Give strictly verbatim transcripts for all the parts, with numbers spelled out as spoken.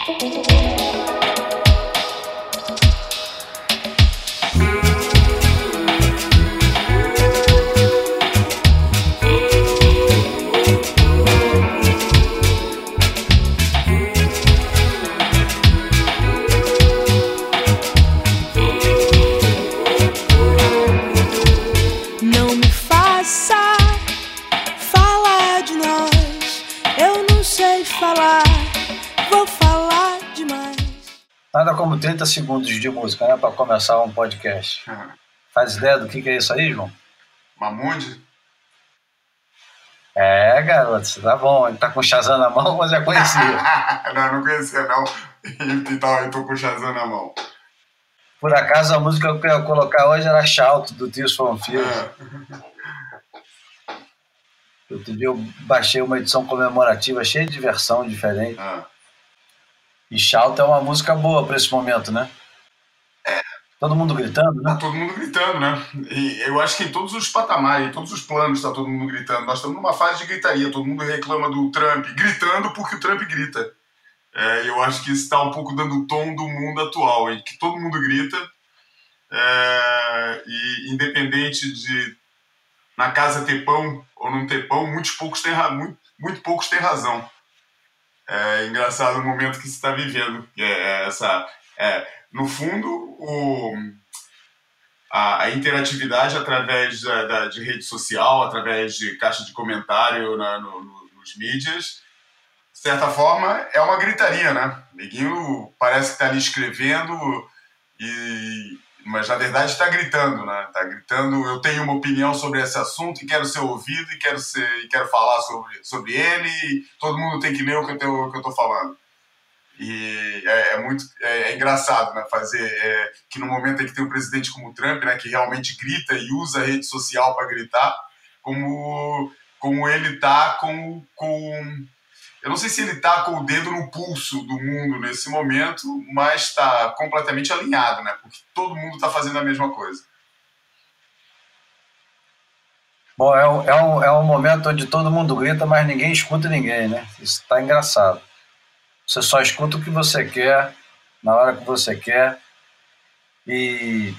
Nada como trinta segundos de música, né, para começar um podcast. Uhum. Faz ideia do que, que é isso aí, João? Mamundi? É, garoto, você tá bom. Ele tá com o Shazam na mão, mas já conhecia. Não, não conhecia, não. Então, eu tô com o Shazam na mão. Por acaso, a música que eu ia colocar hoje era Shout, do Tears for Fears. Ah. Outro dia eu baixei uma edição comemorativa cheia de versão diferente. Ah. E Shout é uma música boa para esse momento, né? É. Todo mundo gritando, né? Tá todo mundo gritando, né? E eu acho que em todos os patamares, em todos os planos, tá todo mundo gritando. Nós estamos numa fase de gritaria. Todo mundo reclama do Trump, gritando porque o Trump grita. É, eu acho que isso está um pouco dando o tom do mundo atual, em que todo mundo grita. É, e independente de na casa ter pão ou não ter pão, muitos poucos têm, muito, muito poucos têm razão. É engraçado o momento que se está vivendo. É essa, é, no fundo, o, a, a interatividade através da, da, de rede social, através de caixa de comentário na, no, no, nos mídias, de certa forma, é uma gritaria, né? O neguinho parece que está ali escrevendo, e, mas na verdade está gritando, né? Está gritando, eu tenho uma opinião sobre esse assunto e quero ser ouvido e quero, ser, e quero falar sobre, sobre ele, e todo mundo tem que ler o que eu estou falando. E é, é muito é, é engraçado, né? Fazer é, que no momento em que tem um presidente como o Trump, né, que realmente grita e usa a rede social para gritar, como, como ele está com, com... Eu não sei se ele está com o dedo no pulso do mundo nesse momento, mas está completamente alinhado, né? Porque todo mundo está fazendo a mesma coisa. Bom, é um, é, um, é um momento onde todo mundo grita, mas ninguém escuta ninguém, né? Isso está engraçado. Você só escuta o que você quer, na hora que você quer. E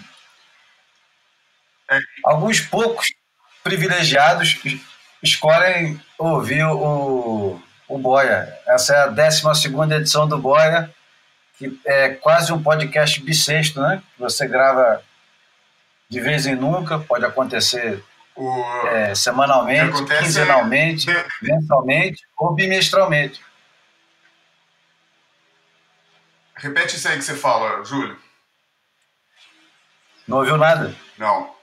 É. Alguns poucos privilegiados escolhem ouvir o, o Boia. Essa é a décima segunda edição do Boia, que é quase um podcast bissexto, né? Você grava de vez em nunca, pode acontecer o, é, semanalmente, quinzenalmente, é... mensalmente ou bimestralmente. Repete isso aí que você fala, Júlio. Não ouviu nada? Não.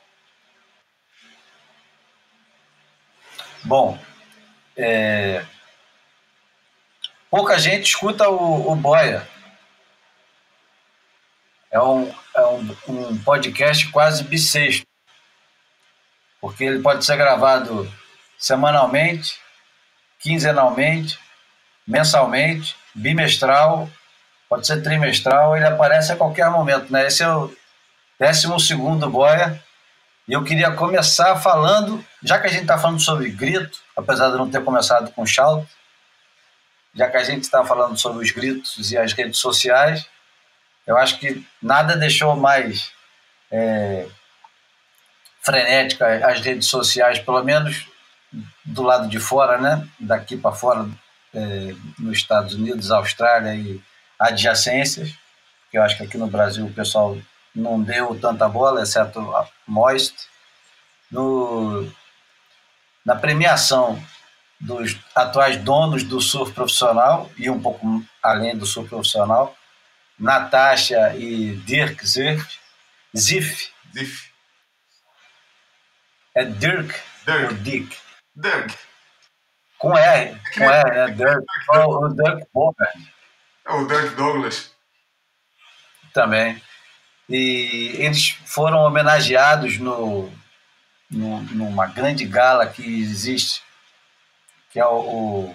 Bom, é... pouca gente escuta o, o Boia. É um, é um, um podcast quase bissexto, porque ele pode ser gravado semanalmente, quinzenalmente, mensalmente, bimestral, pode ser trimestral, ele aparece a qualquer momento, né? Esse é o décimo segundo Boia, e eu queria começar falando, já que a gente está falando sobre grito, apesar de não ter começado com shout, já que a gente está falando sobre os gritos e as redes sociais, eu acho que nada deixou mais é, frenética as redes sociais, pelo menos do lado de fora, né? Daqui para fora, é, nos Estados Unidos, Austrália e adjacências, que eu acho que aqui no Brasil o pessoal não deu tanta bola, exceto a Moist, no, na premiação dos atuais donos do surf profissional e um pouco além do surf profissional, Natasha e Dirk Ziff. Ziff. Ziff. É Dirk, Dirk. ou Dick? Dirk. Com R, com R, né? Dirk. O, o Dirk Bogart. O Dirk Douglas. Também. E eles foram homenageados no, no, numa grande gala que existe, que é o... o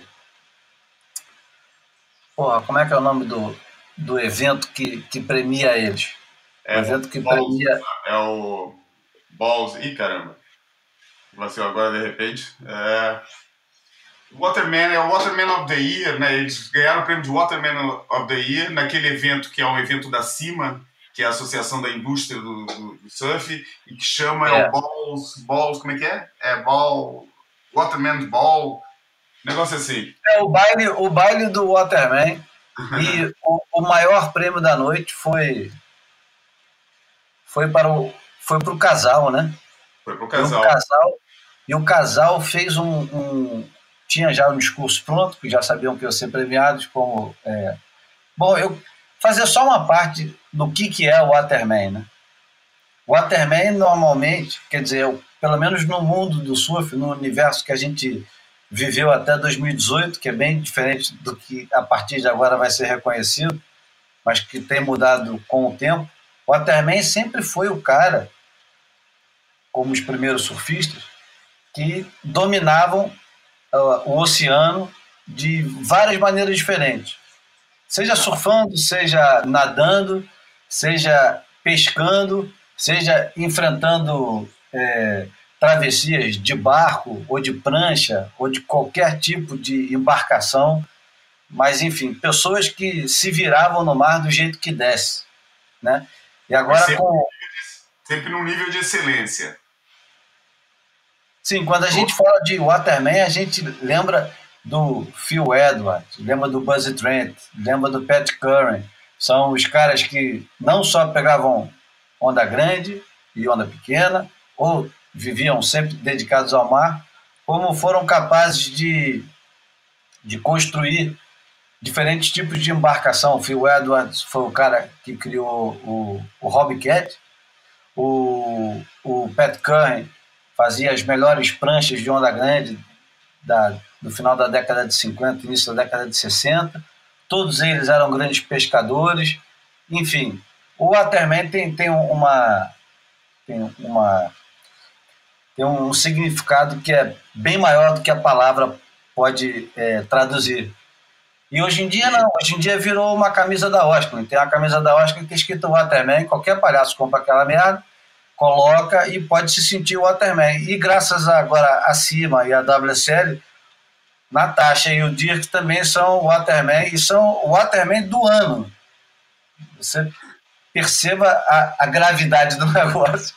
porra, como é que é o nome do, do evento que, que premia eles? É o evento que Balls, premia... É o Balls... Ih, caramba. Vacilou agora, de repente. É... Waterman é o Waterman of the Year, né? Eles ganharam o prêmio de Waterman of the Year naquele evento que é um evento da CIMA, que é a Associação da Indústria do, do, do Surf, e que chama é. o Balls, Balls, como é que é? É Ball, Waterman's Ball, negócio assim. É o baile, o baile do Waterman, e o, o maior prêmio da noite foi foi para o foi para o casal, né? Foi para o casal. E o casal, e o casal fez um, um tinha já um discurso pronto, que já sabiam que iam ser premiados como é, bom, eu fazer só uma parte do que, que é o Waterman, né? O Waterman normalmente, quer dizer, pelo menos no mundo do surf, no universo que a gente viveu até dois mil e dezoito, que é bem diferente do que a partir de agora vai ser reconhecido, mas que tem mudado com o tempo, o Waterman sempre foi o cara, como os primeiros surfistas, que dominavam uh, o oceano de várias maneiras diferentes. Seja surfando, seja nadando, seja pescando, seja enfrentando é, travessias de barco ou de prancha ou de qualquer tipo de embarcação, mas enfim, pessoas que se viravam no mar do jeito que desce, né? E agora sempre, com sempre num nível de excelência. Sim, quando a gente fala de Waterman, a gente lembra do Phil Edwards, lembra do Buzz Trent, lembra do Pat Curran. São os caras que não só pegavam onda grande e onda pequena, ou viviam sempre dedicados ao mar, como foram capazes de, de construir diferentes tipos de embarcação. O Phil Edwards foi o cara que criou o, o Hobbycat, o, o Pat Curran fazia as melhores pranchas de onda grande da, do final da década de cinquenta, início da década de sessenta. Todos eles eram grandes pescadores. Enfim, o Waterman tem, tem, uma, tem, uma, tem um significado que é bem maior do que a palavra pode é, traduzir. E hoje em dia não, hoje em dia virou uma camisa da Oscar. Tem a camisa da Oscar que é escrito Waterman, qualquer palhaço compra aquela merda, coloca e pode se sentir o Waterman. E graças a, agora a CIMA e a W S L, Natasha e o Dirk também são o Waterman, e são o Waterman do ano. Você perceba a, a gravidade do negócio.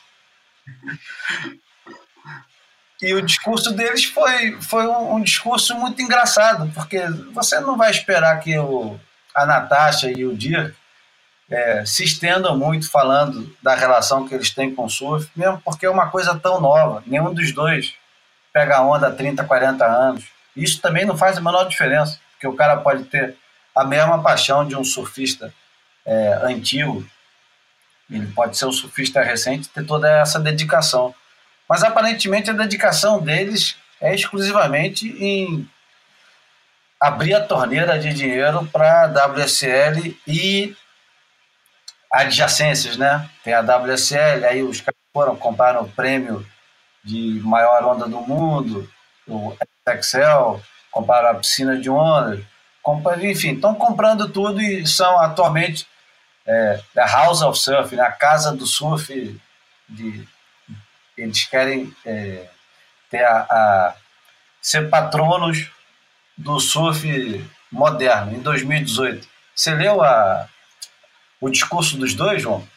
E o discurso deles foi, foi um, um discurso muito engraçado, porque você não vai esperar que o, a Natasha e o Dirk É, se estendam muito falando da relação que eles têm com o surf, mesmo porque é uma coisa tão nova. Nenhum dos dois pega onda há trinta, quarenta anos. Isso também não faz a menor diferença, porque o cara pode ter a mesma paixão de um surfista é, antigo, ele pode ser um surfista recente e ter toda essa dedicação. Mas aparentemente a dedicação deles é exclusivamente em abrir a torneira de dinheiro para a W S L e adjacências, né? Tem a W S L, aí os caras foram, compraram o prêmio de maior onda do mundo, o Excel, compraram a piscina de ondas, compraram, enfim, estão comprando tudo e são atualmente é, a House of Surf, né? A casa do surf. De, eles querem é, ter a, a, ser patronos do surf moderno, em dois mil e dezoito. Você leu a o discurso dos dois, João?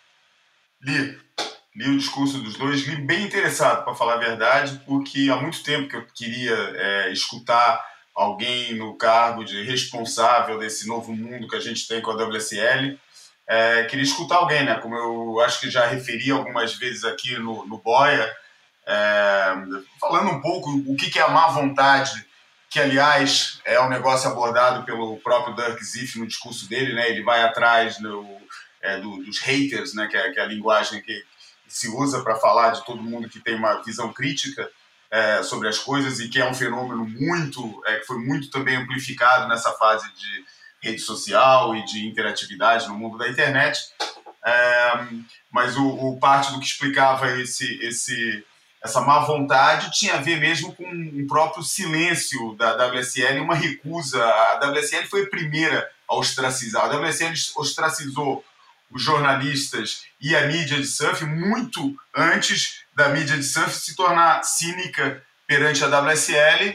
Li. Li o discurso dos dois, li bem interessado, para falar a verdade, porque há muito tempo que eu queria é, escutar alguém no cargo de responsável desse novo mundo que a gente tem com a W S L. É, queria escutar alguém, né? Como eu acho que já referi algumas vezes aqui no, no Boia, é, falando um pouco o que, que é a má vontade, que, aliás, é um negócio abordado pelo próprio Dirk Ziff no discurso dele, né? Ele vai atrás no, é, do, dos haters, né? que, é, que é a linguagem que se usa para falar de todo mundo que tem uma visão crítica é, sobre as coisas, e que é um fenômeno muito, é, que foi muito também amplificado nessa fase de rede social e de interatividade no mundo da internet. É, mas o, o parte do que explicava esse... esse essa má vontade tinha a ver mesmo com o próprio silêncio da W S L, uma recusa. A W S L foi a primeira a ostracizar. A W S L ostracizou os jornalistas e a mídia de surf muito antes da mídia de surf se tornar cínica perante a W S L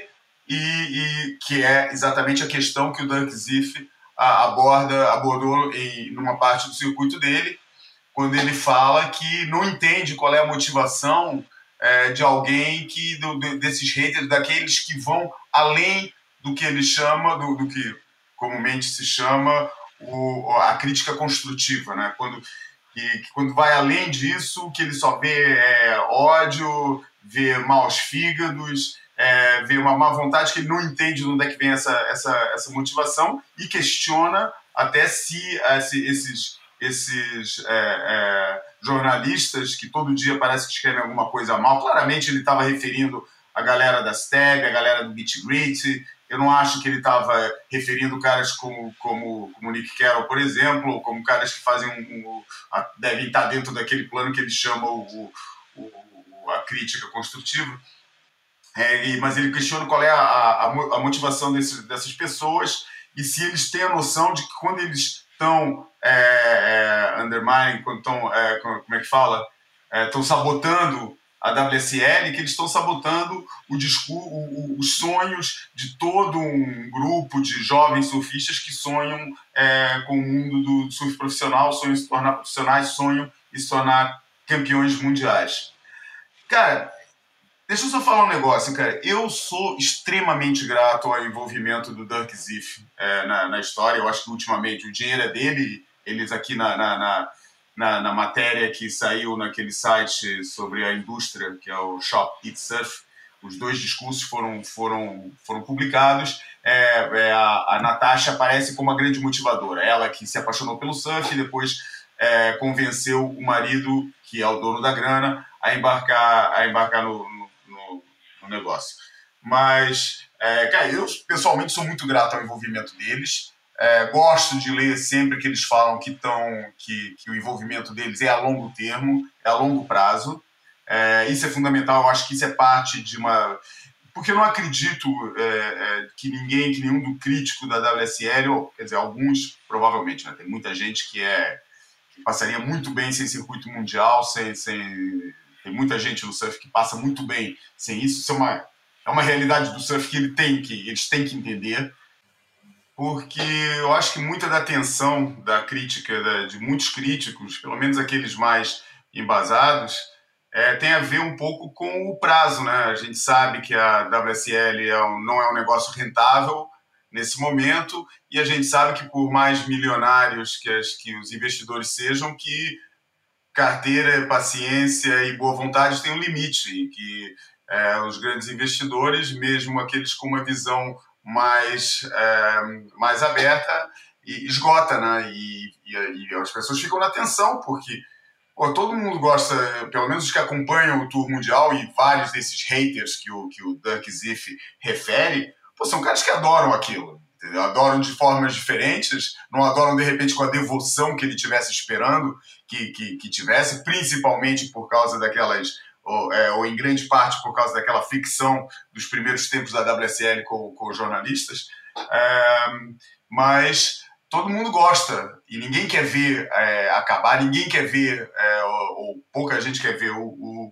e, e que é exatamente a questão que o Dirk Ziff aborda, abordou em numa parte do circuito dele, quando ele fala que não entende qual é a motivação é, de alguém que do, desses haters, daqueles que vão além do que ele chama, do, do que comumente se chama o, a crítica construtiva, né? Quando, que, que quando vai além disso, que ele só vê é, ódio, vê maus fígados, é, vê uma má vontade, que ele não entende de onde é que vem essa, essa, essa motivação e questiona até se, se esses, esses é, é, jornalistas que todo dia parece que escrevem alguma coisa mal, claramente ele estava referindo a galera da Stab, a galera do Beat Grit. Eu não acho que ele estava referindo caras como, como, como Nick Carroll, por exemplo, ou como caras que fazem um, um, a, devem estar dentro daquele plano que ele chama o, o, o, a crítica construtiva. É, e, mas ele questiona qual é a, a, a motivação desses, dessas pessoas e se eles têm a noção de que quando eles estão é, é, undermining, quando estão, é, como é que fala, estão é, sabotando a W S L, que eles estão sabotando o discurso, o, os sonhos de todo um grupo de jovens surfistas que sonham é, com o mundo do surf profissional, sonham em se tornar profissionais, sonham em se tornar campeões mundiais. Cara, deixa eu só falar um negócio, cara. Eu sou extremamente grato ao envolvimento do Dirk Ziff é, na, na história. Eu acho que ultimamente o dinheiro é dele. Eles aqui na... na, na Na, na matéria que saiu naquele site sobre a indústria, que é o Shop Eat Surf, os dois discursos foram, foram, foram publicados. É, é, a, a Natasha aparece como uma grande motivadora. Ela que se apaixonou pelo surf e depois é, convenceu o marido, que é o dono da grana, a embarcar, a embarcar no, no, no negócio. Mas, é, cara, eu pessoalmente sou muito grato ao envolvimento deles. É, gosto de ler sempre que eles falam que, tão, que, que o envolvimento deles é a longo termo, é a longo prazo. É, isso é fundamental, eu acho que isso é parte de uma... Porque eu não acredito é, é, que ninguém, que nenhum do crítico da W S L, ou, quer dizer, alguns provavelmente, né? Tem muita gente que, é, que passaria muito bem sem circuito mundial, sem, sem, tem muita gente no surf que passa muito bem sem isso. Isso é uma, é uma realidade do surf que, ele tem que eles têm que entender. Porque eu acho que muita da atenção da crítica, da, de muitos críticos, pelo menos aqueles mais embasados, é, tem a ver um pouco com o prazo, né? A gente sabe que a W S L é um, não é um negócio rentável nesse momento e a gente sabe que por mais milionários que, as, que os investidores sejam, que carteira, paciência e boa vontade tem um limite e que é, os grandes investidores, mesmo aqueles com uma visão mais, é, mais aberta, e esgota, né? E, e, e as pessoas ficam na tensão, porque pô, todo mundo gosta, pelo menos os que acompanham o Tour Mundial, e vários desses haters que o, que o Dirk Ziff refere, pô, são caras que adoram aquilo, entendeu? Adoram de formas diferentes, não adoram de repente com a devoção que ele tivesse esperando que, que, que tivesse, principalmente por causa daquelas... Ou, é, ou em grande parte por causa daquela ficção dos primeiros tempos da W S L com, com os jornalistas, é, mas todo mundo gosta e ninguém quer ver é, acabar, ninguém quer ver, é, ou, ou pouca gente quer ver o, o,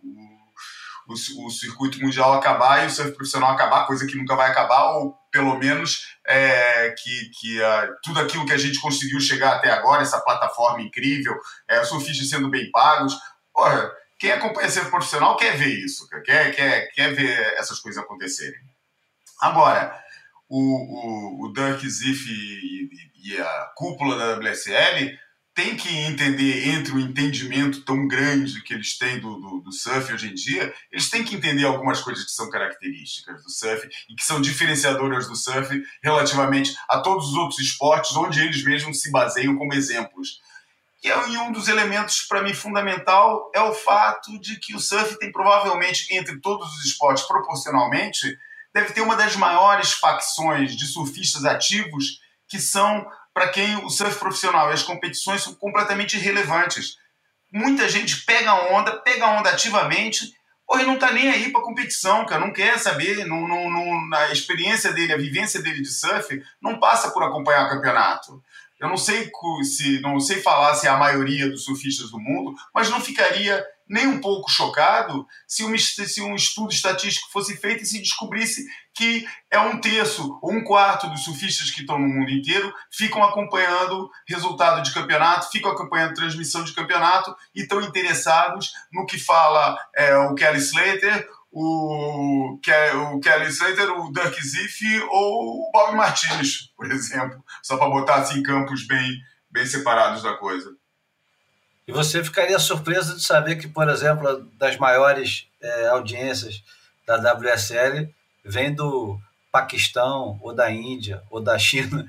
o, o circuito mundial acabar e o surf profissional acabar, coisa que nunca vai acabar, ou pelo menos é, que, que uh, tudo aquilo que a gente conseguiu chegar até agora, essa plataforma incrível, é, os surfistas sendo bem pagos, porra, quem acompanha ser profissional quer ver isso, quer, quer, quer ver essas coisas acontecerem. Agora, o, o, o Dirk Ziff e, e, e a cúpula da W S L tem que entender, entre o entendimento tão grande que eles têm do, do, do surf hoje em dia, eles têm que entender algumas coisas que são características do surf e que são diferenciadoras do surf relativamente a todos os outros esportes onde eles mesmos se baseiam como exemplos. E um dos elementos, para mim, fundamental é o fato de que o surf tem provavelmente, entre todos os esportes, proporcionalmente, deve ter uma das maiores facções de surfistas ativos que são para quem o surf profissional e as competições são completamente irrelevantes. Muita gente pega a onda, pega a onda ativamente, porra, e não está nem aí para a competição, cara, não quer saber, não, não, não, a experiência dele, a vivência dele de surf não passa por acompanhar o campeonato. Eu não sei, se, não sei falar se é a maioria dos surfistas do mundo, mas não ficaria nem um pouco chocado se um, se um estudo estatístico fosse feito e se descobrisse que é um terço ou um quarto dos surfistas que estão no mundo inteiro ficam acompanhando resultado de campeonato, ficam acompanhando transmissão de campeonato e estão interessados no que fala é, o Kelly Slater, o, o Kelly Slater, o Dirk Ziff ou o Bob Martinez, por exemplo, só para botar assim campos bem, bem separados da coisa. E você ficaria surpreso de saber que, por exemplo, das maiores é, audiências da W S L vem do Paquistão, ou da Índia, ou da China.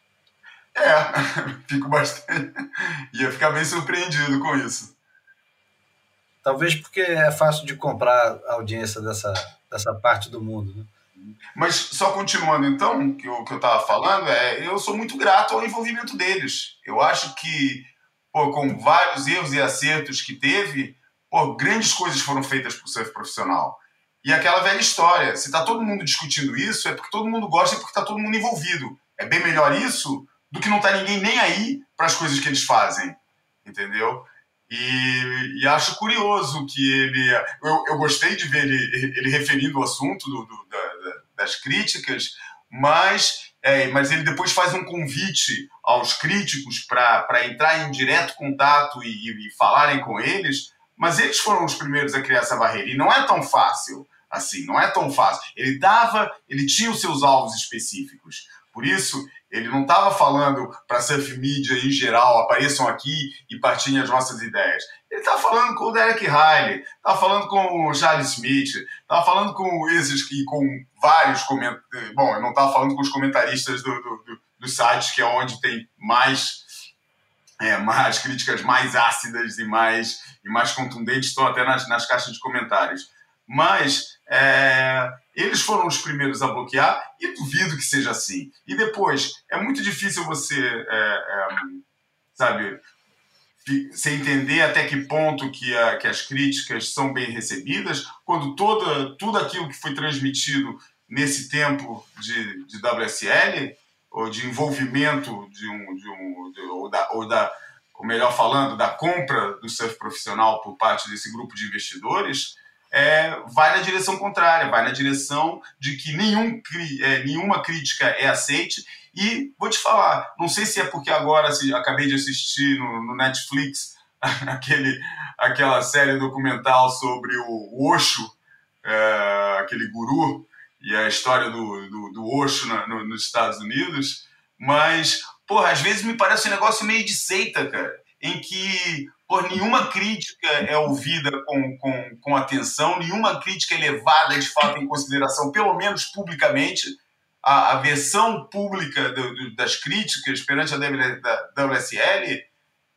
É, fico bastante... ia ficar bem surpreendido com isso. Talvez porque é fácil de comprar a audiência dessa, dessa parte do mundo, né? Mas só continuando então, que o que eu estava falando, é, eu sou muito grato ao envolvimento deles. Eu acho que, pô, com vários erros e acertos que teve, pô, grandes coisas foram feitas para o surf profissional. E aquela velha história, se está todo mundo discutindo isso, é porque todo mundo gosta e porque está todo mundo envolvido. É bem melhor isso do que não tá ninguém nem aí para as coisas que eles fazem, entendeu? E, e acho curioso que ele... Eu, eu gostei de ver ele, ele referindo o assunto do, do, da, das críticas, mas, é, mas ele depois faz um convite aos críticos para entrar em direto contato e, e falarem com eles, mas eles foram os primeiros a criar essa barreira. E não é tão fácil assim, não é tão fácil. Ele, dava, ele tinha os seus alvos específicos. Por isso, ele não estava falando para a surf media em geral, apareçam aqui e partilhem as nossas ideias. Ele estava falando com o Derek Riley, estava falando com o Charles Smith, estava falando com esses que com vários comentaristas. Bom, eu não estava falando com os comentaristas do, do, do, do site, que é onde tem mais, é, mais críticas mais ácidas e mais, e mais contundentes, estão até nas, nas caixas de comentários. Mas é, eles foram os primeiros a bloquear e duvido que seja assim. E depois, é muito difícil você, é, é, sabe, você entender até que ponto que, a, que as críticas são bem recebidas, quando toda, tudo aquilo que foi transmitido nesse tempo de, de W S L, ou de envolvimento de um, de um de, ou, da, ou da, ou melhor falando, da compra do surf profissional por parte desse grupo de investidores, É, vai na direção contrária, vai na direção de que nenhum, é, nenhuma crítica é aceite. E vou te falar, não sei se é porque agora se, acabei de assistir no, no Netflix aquele, aquela série documental sobre o, o Osho, é, aquele guru, e a história do, do, do Osho na, no, nos Estados Unidos, mas, porra, às vezes me parece um negócio meio de seita, cara, em que... Por nenhuma crítica é ouvida com, com, com atenção, nenhuma crítica é levada de fato em consideração, pelo menos publicamente. A, a versão pública do, do, das críticas perante a W S L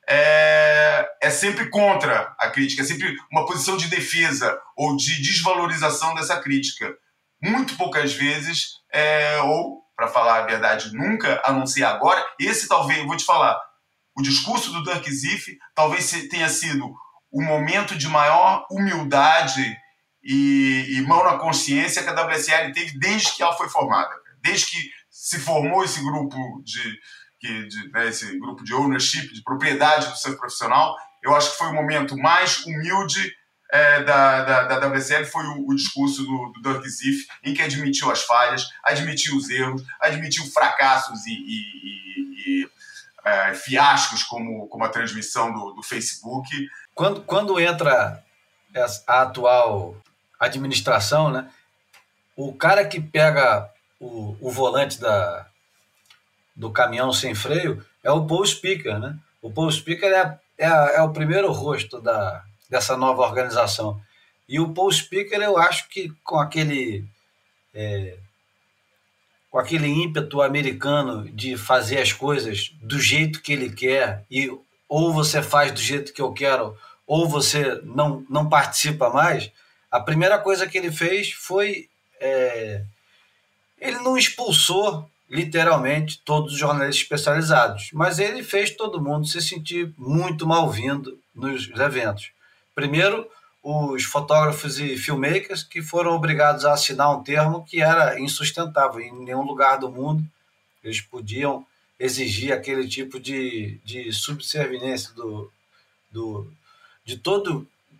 é, é sempre contra a crítica, é sempre uma posição de defesa ou de desvalorização dessa crítica. Muito poucas vezes, é, ou, para falar a verdade, nunca, a não ser agora, esse talvez, eu vou te falar, o discurso do Dirk Ziff talvez tenha sido o momento de maior humildade e, e mão na consciência que a W S L teve desde que ela foi formada. Desde que se formou esse grupo de, de, né, esse grupo de ownership, de propriedade do surf profissional, eu acho que foi o momento mais humilde é, da, da, da W S L, foi o, o discurso do, do Dirk Ziff, em que admitiu as falhas, admitiu os erros, admitiu fracassos e... e, e, e É, fiascos como, como a transmissão do, do Facebook. Quando, quando entra a atual administração, né, o cara que pega o, o volante da, do caminhão sem freio é o Paul Speaker, né? O Paul Speaker é, é, é o primeiro rosto da, dessa nova organização. E o Paul Speaker, eu acho que com aquele... É, com aquele ímpeto americano de fazer as coisas do jeito que ele quer, e ou você faz do jeito que eu quero, ou você não, não participa mais, a primeira coisa que ele fez foi... É, ele não expulsou, literalmente, todos os jornalistas especializados, mas ele fez todo mundo se sentir muito mal-vindo nos eventos. Primeiro, os fotógrafos e filmmakers que foram obrigados a assinar um termo que era insustentável. Em nenhum lugar do mundo eles podiam exigir aquele tipo de, de subserviência do, do, de todo,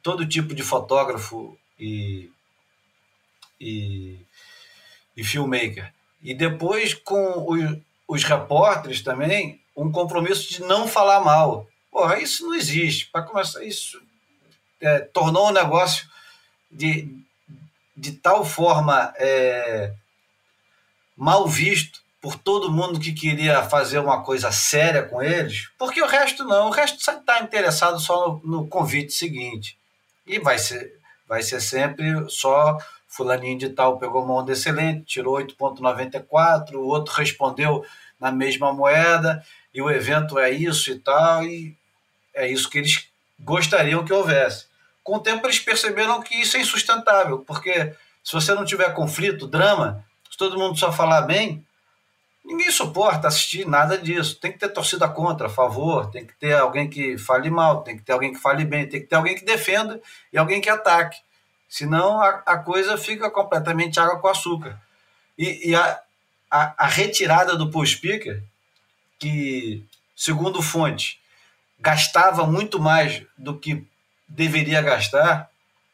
todo tipo de fotógrafo e, e, e filmmaker. E depois, com os, os repórteres também, um compromisso de não falar mal. Porra, isso não existe. Para começar, isso é, tornou um negócio de, de tal forma é, mal visto por todo mundo que queria fazer uma coisa séria com eles, porque o resto não. O resto está interessado só no, no convite seguinte. E vai ser, vai ser sempre só fulaninho de tal pegou uma onda excelente, tirou oito vírgula noventa e quatro, o outro respondeu na mesma moeda, e o evento é isso e tal, e é isso que eles gostariam que houvesse. Com o tempo eles perceberam que isso é insustentável, porque se você não tiver conflito, drama, se todo mundo só falar bem, ninguém suporta assistir nada disso. Tem que ter torcida contra, a favor, tem que ter alguém que fale mal, tem que ter alguém que fale bem, tem que ter alguém que defenda e alguém que ataque. Senão a, a coisa fica completamente água com açúcar. E, e a, a, a retirada do Paul Speaker, que, segundo fonte, gastava muito mais do que deveria gastar,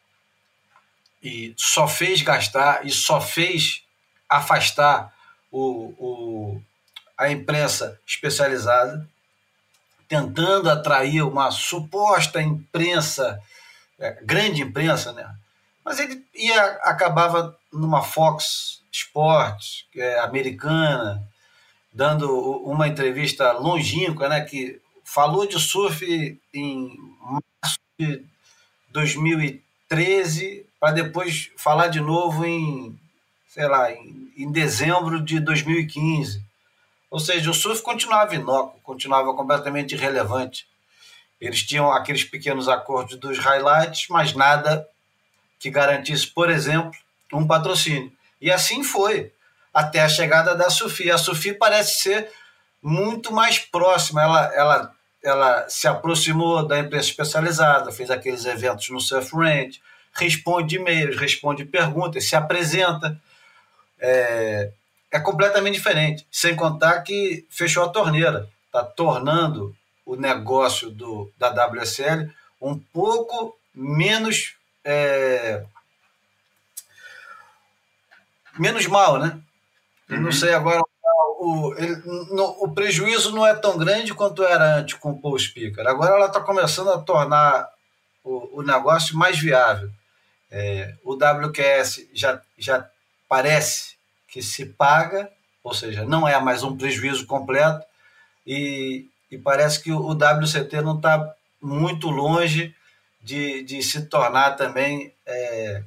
e só fez gastar e só fez afastar o, o, a imprensa especializada, tentando atrair uma suposta imprensa, é, grande imprensa, né? Mas ele ia, acabava numa Fox Sports, é, americana, dando uma entrevista longínqua, né, que falou de surf em março de dois mil e treze, para depois falar de novo em, sei lá, em, em dezembro de dois mil e quinze. Ou seja, o surf continuava inócuo, continuava completamente irrelevante. Eles tinham aqueles pequenos acordos dos highlights, mas nada que garantisse, por exemplo, um patrocínio. E assim foi, até a chegada da Sufi. A Sufi parece ser muito mais próxima, ela, ela, ela se aproximou da imprensa especializada, fez aqueles eventos no Surf Ranch, responde e-mails, responde perguntas, se apresenta. É, é completamente diferente, sem contar que fechou a torneira, está tornando o negócio do, da W S L um pouco menos é, menos mal, né? Eu não sei agora, o, ele, no, o prejuízo não é tão grande quanto era antes com o Paul Speaker. Agora ela está começando a tornar o, o negócio mais viável. É, o W Q S já, já parece que se paga, ou seja, não é mais um prejuízo completo, e, e parece que o W C T não está muito longe de, de se tornar também, é,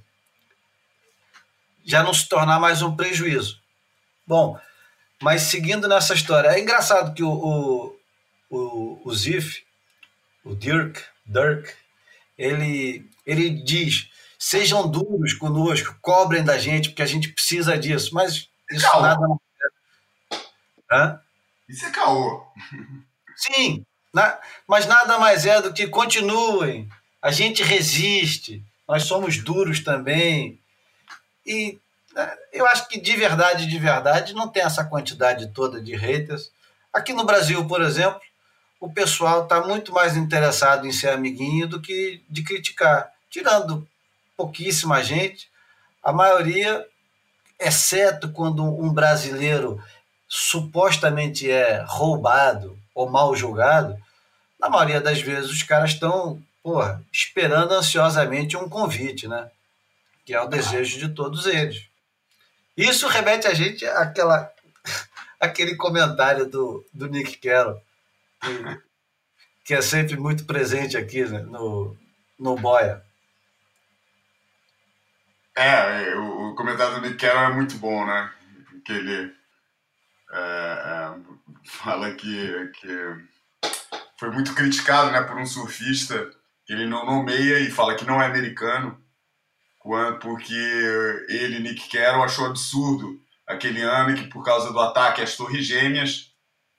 já não se tornar mais um prejuízo. Bom, mas seguindo nessa história, é engraçado que o, o, o, o Ziff, o Dirk, Dirk, ele, ele diz: sejam duros conosco, cobrem da gente, porque a gente precisa disso. Mas isso caô. nada. Hã? Isso é caô. Sim, na, mas nada mais é do que continuem. A gente resiste, nós somos duros também. E eu acho que de verdade, de verdade, não tem essa quantidade toda de haters. Aqui no Brasil, por exemplo, o pessoal está muito mais interessado em ser amiguinho do que de criticar. Tirando pouquíssima gente, a maioria, exceto quando um brasileiro supostamente é roubado ou mal julgado, na maioria das vezes os caras estão, porra, esperando ansiosamente um convite, né? Que é o desejo de todos eles. Isso remete a gente àquela, àquele comentário do, do Nick Carroll, que, que é sempre muito presente aqui, né, no, no Boia. É, o, o comentário do Nick Carroll é muito bom, né? Que ele é, é, fala que, que foi muito criticado, né, por um surfista que ele não nomeia e fala que não é americano, porque ele, Nick Carroll, achou absurdo aquele ano que, por causa do ataque às Torres Gêmeas,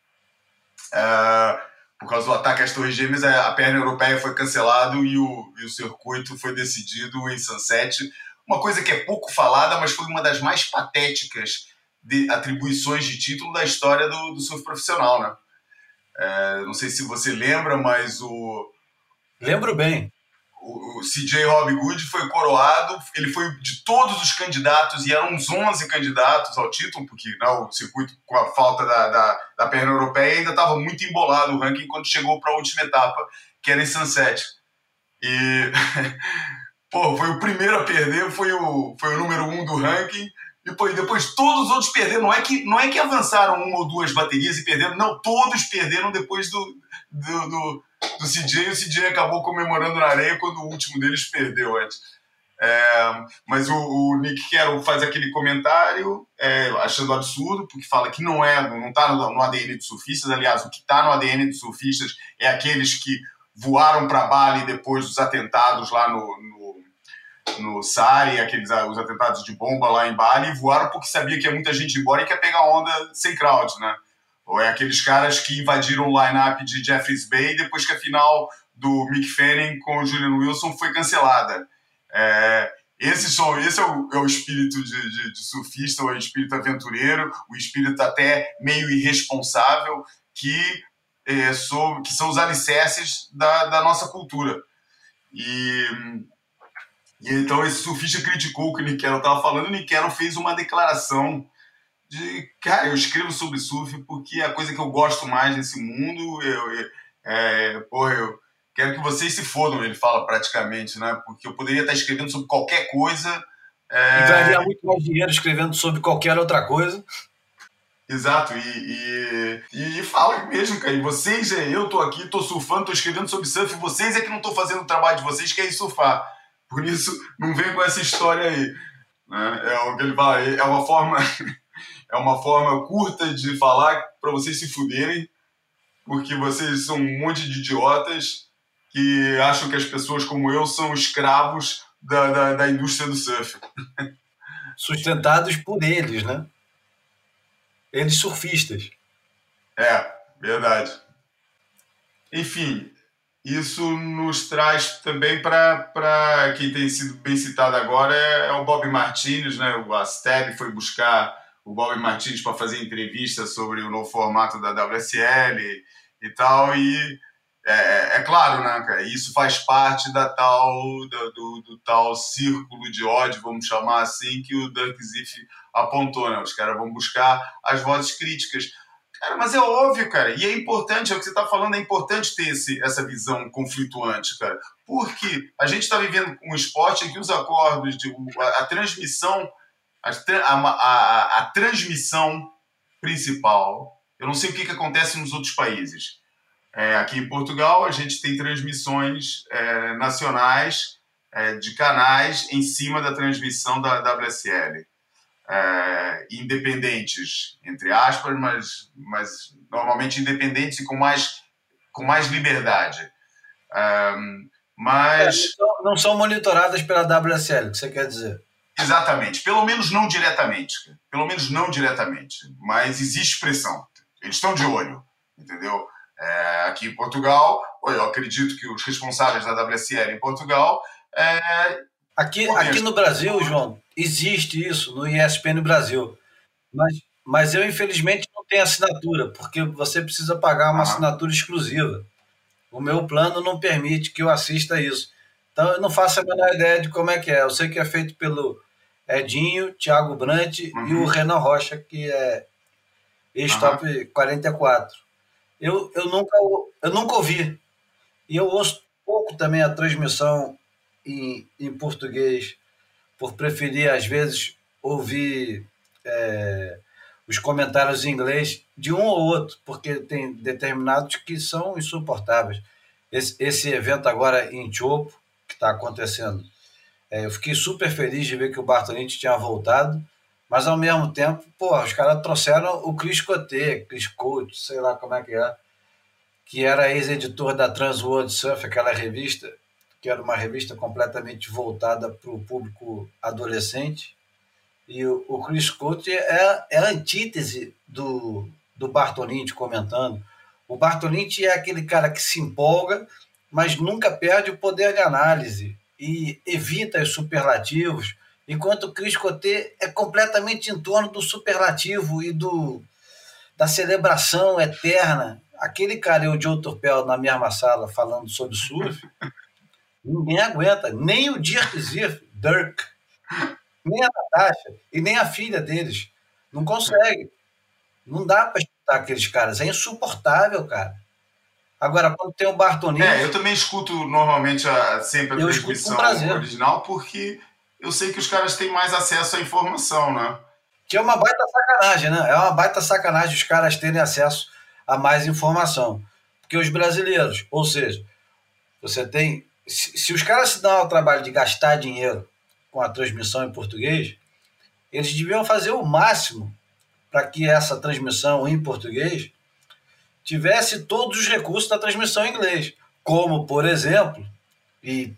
uh, por causa do ataque às Torres Gêmeas, a perna europeia foi cancelado e o, e o circuito foi decidido em Sunset. Uma coisa que é pouco falada, mas foi uma das mais patéticas de atribuições de título da história do, do surf profissional, né? Uh, não sei se você lembra, mas o... Lembro bem. o, o C J Hobgood foi coroado, ele foi de todos os candidatos, e eram uns onze candidatos ao título, porque né, o circuito, com a falta da, da, da perna europeia, ainda estava muito embolado o ranking quando chegou para a última etapa, que era em Sunset. E, pô, foi o primeiro a perder, foi o, foi o número um do ranking, e pô, depois todos os outros perderam. Não é, que, não é que avançaram uma ou duas baterias e perderam, não, todos perderam depois do, do, do, do C J, e o C J acabou comemorando na areia quando o último deles perdeu antes. É, mas o, o Nick Carroll faz aquele comentário é, achando absurdo, porque fala que não é, não está no, no A D N dos surfistas. Aliás, o que está no A D N dos surfistas é aqueles que voaram para Bali depois dos atentados lá no, no no Sari, aqueles os atentados de bomba lá em Bali, voaram porque sabia que ia muita gente embora e quer pegar onda sem crowd, né? Ou é aqueles caras que invadiram o line-up de Jeffreys Bay depois que a final do Mick Fanning com o Julian Wilson foi cancelada. É, esse, são, esse é, o, é o espírito de, de, de surfista, o espírito aventureiro, o espírito até meio irresponsável que, é, sou, que são os alicerces da, da nossa cultura. E... E então esse surfista criticou o que o Nick Carroll estava falando, e o Nick Carroll fez uma declaração de, cara, eu escrevo sobre surf porque é a coisa que eu gosto mais nesse mundo, eu, eu, é, porra, eu quero que vocês se fodam, ele fala praticamente, né? Porque eu poderia estar escrevendo sobre qualquer coisa. É... E ganharia muito mais dinheiro escrevendo sobre qualquer outra coisa. Exato, e, e, e fala mesmo, cara, e vocês, eu tô aqui, tô surfando, tô escrevendo sobre surf, vocês é que não estão fazendo o trabalho de vocês, que é ir surfar. Por isso, não vem com essa história aí. Né? É o que ele fala, é uma forma, é uma forma curta de falar para vocês se fuderem, porque vocês são um monte de idiotas que acham que as pessoas como eu são escravos da, da, da indústria do surf. Sustentados por eles, né? Eles surfistas. É, verdade. Enfim... Isso nos traz também para quem tem sido bem citado agora, é, é o Bob Martinez, né? A Stab foi buscar o Bob Martinez para fazer entrevista sobre o novo formato da W S L e, e tal, e é, é claro, né, cara? Isso faz parte da tal, do, do, do tal círculo de ódio, vamos chamar assim, que o Dirk Ziff apontou, né? Os caras vão buscar as vozes críticas. Cara, mas é óbvio, cara, e é importante, é o que você está falando, é importante ter esse, essa visão conflituante, cara, porque a gente está vivendo um esporte em que os acordos, de, a, a transmissão, a, a, a, a transmissão principal, eu não sei o que, que acontece nos outros países. É, aqui em Portugal, a gente tem transmissões é, nacionais é, de canais em cima da transmissão da W S L. É, independentes, entre aspas, mas, mas normalmente independentes e com mais, com mais liberdade. É, mas... É, não, não são monitoradas pela W S L, o que você quer dizer? Exatamente, pelo menos não diretamente, pelo menos não diretamente, mas existe pressão, eles estão de olho, entendeu? É, aqui em Portugal, eu acredito que os responsáveis da W S L em Portugal... É, aqui, aqui no Brasil, João, existe isso no E S P N Brasil, mas, mas eu infelizmente não tenho assinatura, porque você precisa pagar uma uhum. assinatura exclusiva. O meu plano não permite que eu assista isso. Então eu não faço a menor ideia de como é que é. Eu sei que é feito pelo Edinho, Thiago Brant uhum. e o Renan Rocha, que é ex-top uhum. quarenta e quatro. Eu, eu, nunca, eu nunca ouvi. E eu ouço pouco também a transmissão em, em português, por preferir, às vezes, ouvir é, os comentários em inglês de um ou outro, porque tem determinados que são insuportáveis. Esse, esse evento agora em Chopo, que está acontecendo, é, eu fiquei super feliz de ver que o Bartolini tinha voltado, mas, ao mesmo tempo, pô, os caras trouxeram o Chris Coté, Chris Coach, sei lá como é que é, que era ex-editor da Trans World Surf, aquela revista, que era uma revista completamente voltada para o público adolescente, e o, o Chris Cote é, é a antítese do, do Bartolini comentando. O Bartolini é aquele cara que se empolga, mas nunca perde o poder de análise e evita os superlativos, enquanto o Chris Cote é completamente em torno do superlativo e do, da celebração eterna. Aquele cara e o Joe Turpel na mesma sala falando sobre surf, Ninguém aguenta. Nem o Dirk Ziff, Dirk, nem a Natasha e nem a filha deles. Não consegue. Não dá para escutar aqueles caras. É insuportável, cara. Agora, quando tem o Bartoninho... É, eu também escuto normalmente a, sempre a eu escuto com transmissão prazer. original, porque eu sei que os caras têm mais acesso à informação, né? Que é uma baita sacanagem, né? É uma baita sacanagem os caras terem acesso a mais informação. Porque os brasileiros, ou seja, você tem... Se, se os caras se dão ao trabalho de gastar dinheiro com a transmissão em português, eles deviam fazer o máximo para que essa transmissão em português tivesse todos os recursos da transmissão em inglês. Como, por exemplo, e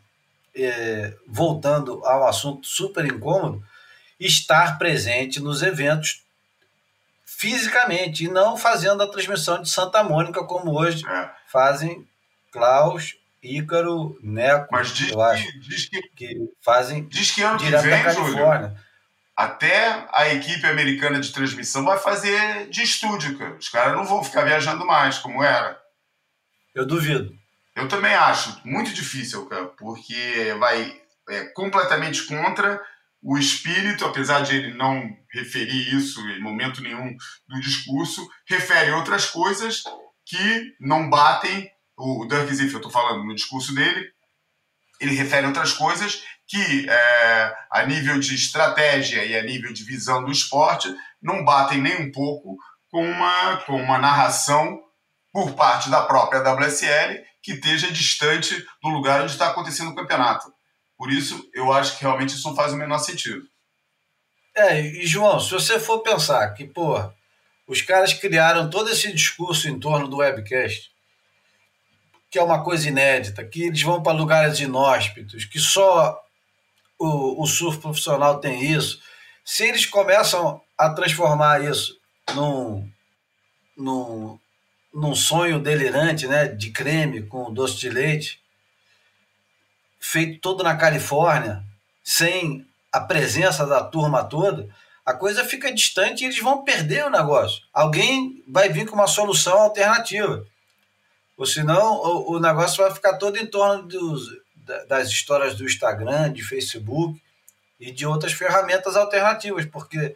é, voltando ao assunto super incômodo, estar presente nos eventos fisicamente e não fazendo a transmissão de Santa Mônica como hoje É. fazem Klaus, Ícaro, Neco, Mas diz, eu que, acho, diz, que, que fazem diz que ano que direto da vem, Califórnia. Júlio, até a equipe americana de transmissão vai fazer de estúdio, cara. Os caras não vão ficar viajando mais, como era. Eu duvido. Eu também acho muito difícil, cara, porque vai é, completamente contra o espírito, apesar de ele não referir isso em momento nenhum do discurso, refere outras coisas que não batem. O Dirk Ziff, eu estou falando no discurso dele, ele refere outras coisas que, é, a nível de estratégia e a nível de visão do esporte, não batem nem um pouco com uma, com uma narração por parte da própria W S L que esteja distante do lugar onde está acontecendo o campeonato. Por isso, eu acho que realmente isso não faz o menor sentido. É, e João, se você for pensar que, porra, os caras criaram todo esse discurso em torno do webcast, que é uma coisa inédita, que eles vão para lugares inóspitos, que só o, o surf profissional tem isso. Se eles começam a transformar isso num, num, num sonho delirante, né, de creme com doce de leite, feito todo na Califórnia, sem a presença da turma toda, a coisa fica distante e eles vão perder o negócio. Alguém vai vir com uma solução alternativa. Ou senão o, o negócio vai ficar todo em torno dos, das histórias do Instagram, de Facebook e de outras ferramentas alternativas, porque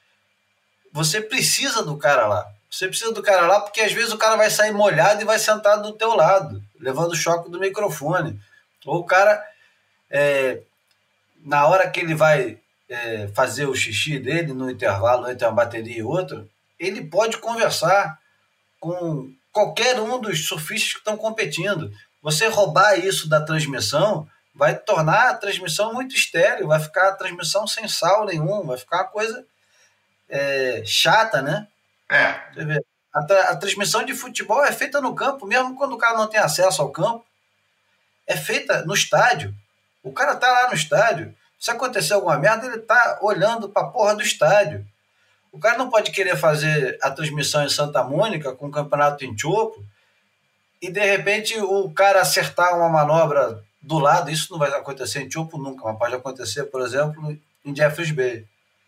você precisa do cara lá. Você precisa do cara lá porque às vezes o cara vai sair molhado e vai sentar do teu lado, levando o choque do microfone. Ou o cara, é, na hora que ele vai é, fazer o xixi dele, no intervalo entre uma bateria e outra, ele pode conversar com qualquer um dos surfistas que estão competindo. Você roubar isso da transmissão vai tornar a transmissão muito estéril, vai ficar a transmissão sem sal nenhum, vai ficar uma coisa é, chata, né? É. Você vê, a, tra a transmissão de futebol é feita no campo, mesmo quando o cara não tem acesso ao campo. É feita no estádio. O cara tá lá no estádio. Se acontecer alguma merda, ele tá olhando pra porra do estádio. O cara não pode querer fazer a transmissão em Santa Mônica com o campeonato em Chopo e, de repente, o cara acertar uma manobra do lado. Isso não vai acontecer em Chopo nunca, mas pode acontecer, por exemplo, em Jeffreys Bay.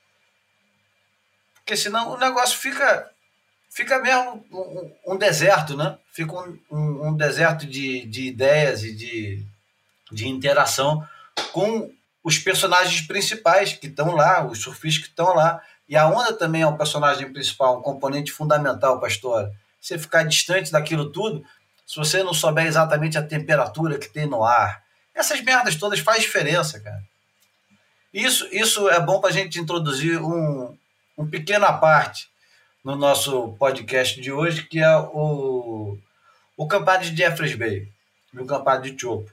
Porque senão o negócio fica, fica mesmo um, um deserto, né? Fica um, um, um deserto de, de ideias e de, de interação com os personagens principais que estão lá, os surfistas que estão lá. E a onda também é um personagem principal, um componente fundamental para a história. Você ficar distante daquilo tudo, se você não souber exatamente a temperatura que tem no ar, essas merdas todas faz diferença, cara. Isso, isso é bom para a gente introduzir um, um pequena parte no nosso podcast de hoje, que é o, o campeonato de Jeffreys Bay, o campeonato de Chopo.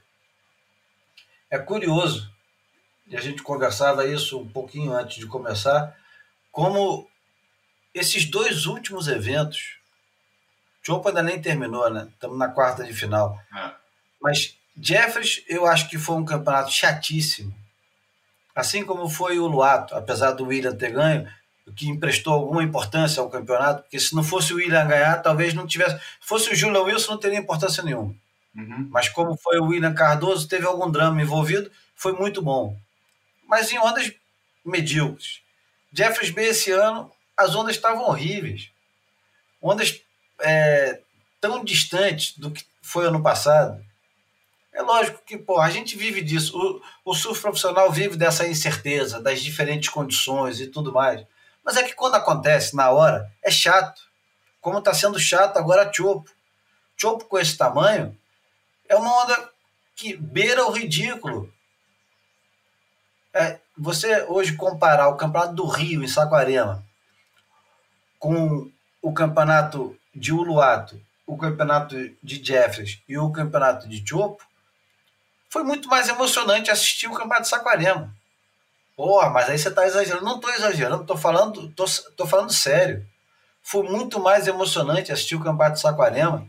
É curioso, e a gente conversava isso um pouquinho antes de começar, como esses dois últimos eventos, Chopo ainda nem terminou, né? Estamos na quarta de final. É. Mas Jeffreys, eu acho que foi um campeonato chatíssimo. Assim como foi o Luato, apesar do William ter ganho, o que emprestou alguma importância ao campeonato, porque se não fosse o William ganhar, talvez não tivesse... Se fosse o Julian Wilson, não teria importância nenhuma. Uhum. Mas como foi o William Cardoso, teve algum drama envolvido, foi muito bom. Mas em ondas medíocres. Jeffreys Bay esse ano, as ondas estavam horríveis. Ondas é, tão distantes do que foi ano passado. É lógico que, pô, a gente vive disso. O, o surf profissional vive dessa incerteza, das diferentes condições e tudo mais. Mas é que quando acontece, na hora, é chato. Como está sendo chato agora a Chopo. Chopo com esse tamanho é uma onda que beira o ridículo. É, você hoje comparar o Campeonato do Rio em Saquarema com o Campeonato de Uluwatu, o Campeonato de Jeffreys e o Campeonato de Chopo, foi muito mais emocionante assistir o Campeonato de Saquarema. Porra, mas aí você está exagerando. Não estou exagerando, estou falando, tô, tô falando sério. Foi muito mais emocionante assistir o Campeonato de Saquarema,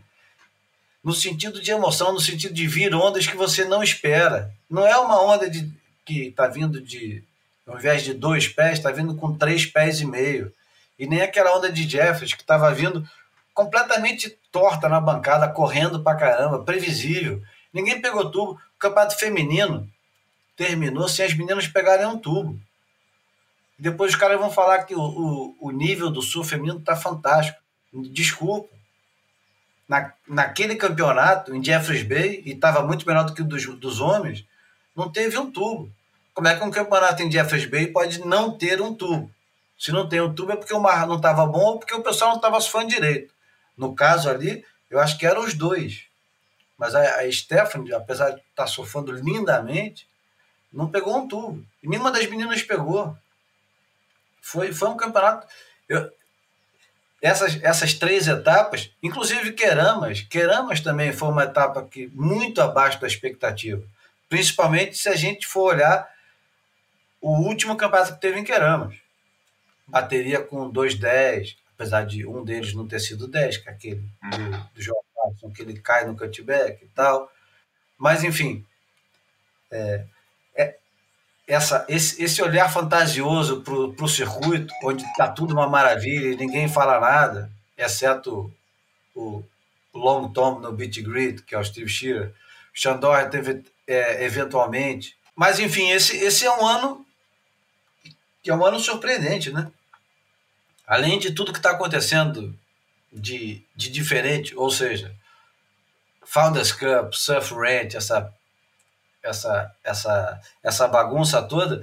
no sentido de emoção, no sentido de vir ondas que você não espera. Não é uma onda de, que está vindo de, ao invés de dois pés, está vindo com três pés e meio. E nem aquela onda de Jeffers, que estava vindo completamente torta na bancada, correndo pra caramba, previsível. Ninguém pegou tubo. O campeonato feminino terminou sem as meninas pegarem um tubo. Depois os caras vão falar que o, o, o nível do surf feminino está fantástico. Desculpa. Na, naquele campeonato, em Jeffreys Bay, e estava muito melhor do que o dos, dos homens, não teve um tubo. Como é que um campeonato em Jeffreys Bay pode não ter um tubo? Se não tem um tubo é porque o mar não estava bom ou porque o pessoal não estava surfando direito. No caso ali, eu acho que eram os dois. Mas a, a Stephanie, apesar de estar surfando lindamente, não pegou um tubo. E nenhuma das meninas pegou. Foi, foi um campeonato... Eu, essas, essas três etapas, inclusive Queramas, Queramas também foi uma etapa que muito abaixo da expectativa. Principalmente se a gente for olhar o último campeonato que teve em Queramas. Bateria com dois dez, apesar de um deles não ter sido dez, que é aquele do, do João Patterson, que ele cai no cutback e tal. Mas, enfim, é, é, essa, esse, esse olhar fantasioso para o circuito, onde está tudo uma maravilha e ninguém fala nada, exceto o, o Long Tom no Beach Grid, que é o Steve Shearer. O Chandor teve é, eventualmente. Mas, enfim, esse, esse é um ano que é um ano surpreendente, né? Além de tudo que está acontecendo de, de diferente, ou seja, Founders Cup, Surf Ranch, essa, essa, essa, essa bagunça toda,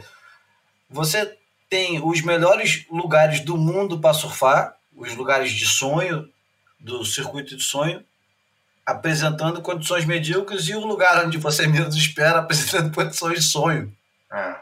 você tem os melhores lugares do mundo para surfar, os lugares de sonho, do circuito de sonho, apresentando condições medíocres, e o lugar onde você menos espera apresentando condições de sonho. É,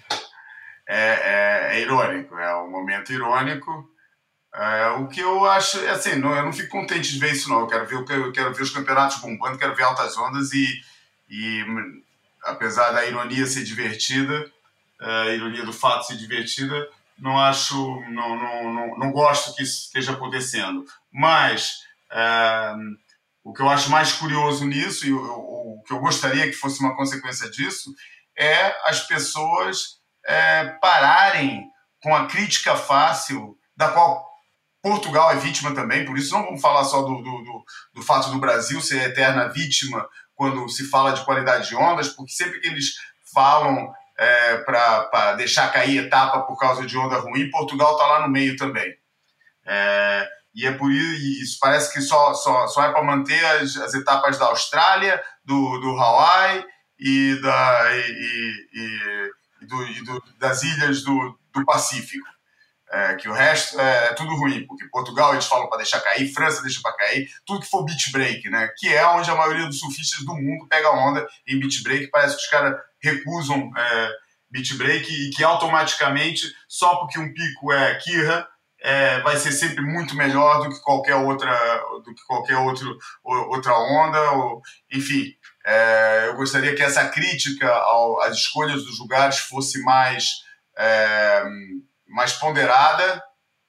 é, é, é irônico, é um momento irônico. É, o que eu acho, é assim, não, eu não fico contente de ver isso, não. Eu quero ver, eu quero ver os campeonatos bombando, quero ver altas ondas e, e apesar da ironia ser divertida, a ironia do fato ser divertida, não acho, não, não, não, não gosto que isso esteja acontecendo. Mas é, o que eu acho mais curioso nisso, e o, o que eu gostaria que fosse uma consequência disso, é as pessoas é, pararem com a crítica fácil, da qual Portugal é vítima também, por isso não vamos falar só do, do, do, do fato do Brasil ser eterna vítima quando se fala de qualidade de ondas, porque sempre que eles falam é, para deixar cair etapa por causa de onda ruim, Portugal está lá no meio também. É, e é por isso, isso parece que só, só, só é para manter as, as etapas da Austrália, do, do Hawaii e, da, e, e, e, do, e do, das ilhas do, do Pacífico. É, que o resto é tudo ruim, porque Portugal eles falam para deixar cair, França deixa para cair, tudo que for beach break, né? Que é onde a maioria dos surfistas do mundo pega onda em beach break. Parece que os caras recusam é, beach break e que automaticamente, só porque um pico é Kirra, é, vai ser sempre muito melhor do que qualquer outra, do que qualquer outro, outra onda. Ou, enfim, é, eu gostaria que essa crítica ao, às escolhas dos lugares fosse mais é, mais ponderada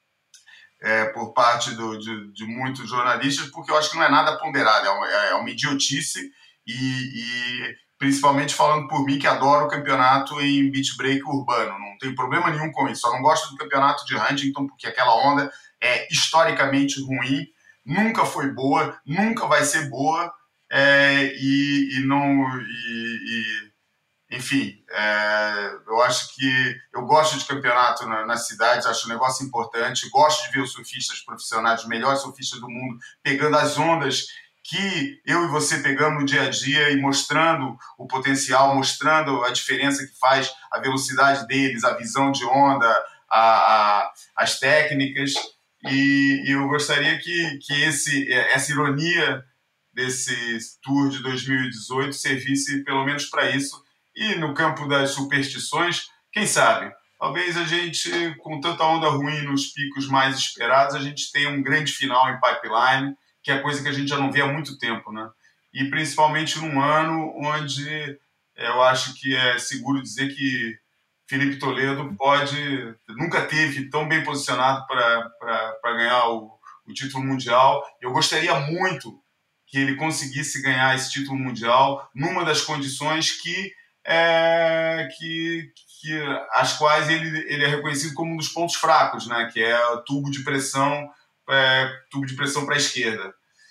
é, por parte do, de, de muitos jornalistas, porque eu acho que não é nada ponderado, é uma, é uma idiotice, e, e principalmente falando por mim, que adoro o campeonato em beach break urbano, não tenho problema nenhum com isso, só não gosto do campeonato de Huntington, porque aquela onda é historicamente ruim, nunca foi boa, nunca vai ser boa, é, e, e não... E, e, Enfim, é, eu acho que eu gosto de campeonato na, nas cidades, acho um negócio importante, gosto de ver os surfistas profissionais, os melhores surfistas do mundo, pegando as ondas que eu e você pegamos no dia a dia e mostrando o potencial, mostrando a diferença que faz a velocidade deles, a visão de onda, a, a, as técnicas. E, e eu gostaria que, que esse, essa ironia desse Tour de dois mil e dezoito servisse pelo menos para isso. E no campo das superstições, quem sabe? Talvez a gente, com tanta onda ruim nos picos mais esperados, a gente tenha um grande final em pipeline, que é coisa que a gente já não vê há muito tempo, né? E principalmente num ano onde eu acho que é seguro dizer que Felipe Toledo pode, nunca teve tão bem posicionado para ganhar o, o título mundial. Eu gostaria muito que ele conseguisse ganhar esse título mundial numa das condições que, é, que, que as quais ele, ele é reconhecido como um dos pontos fracos, né? Que é o tubo de pressão, é, tubo de pressão para a esquerda.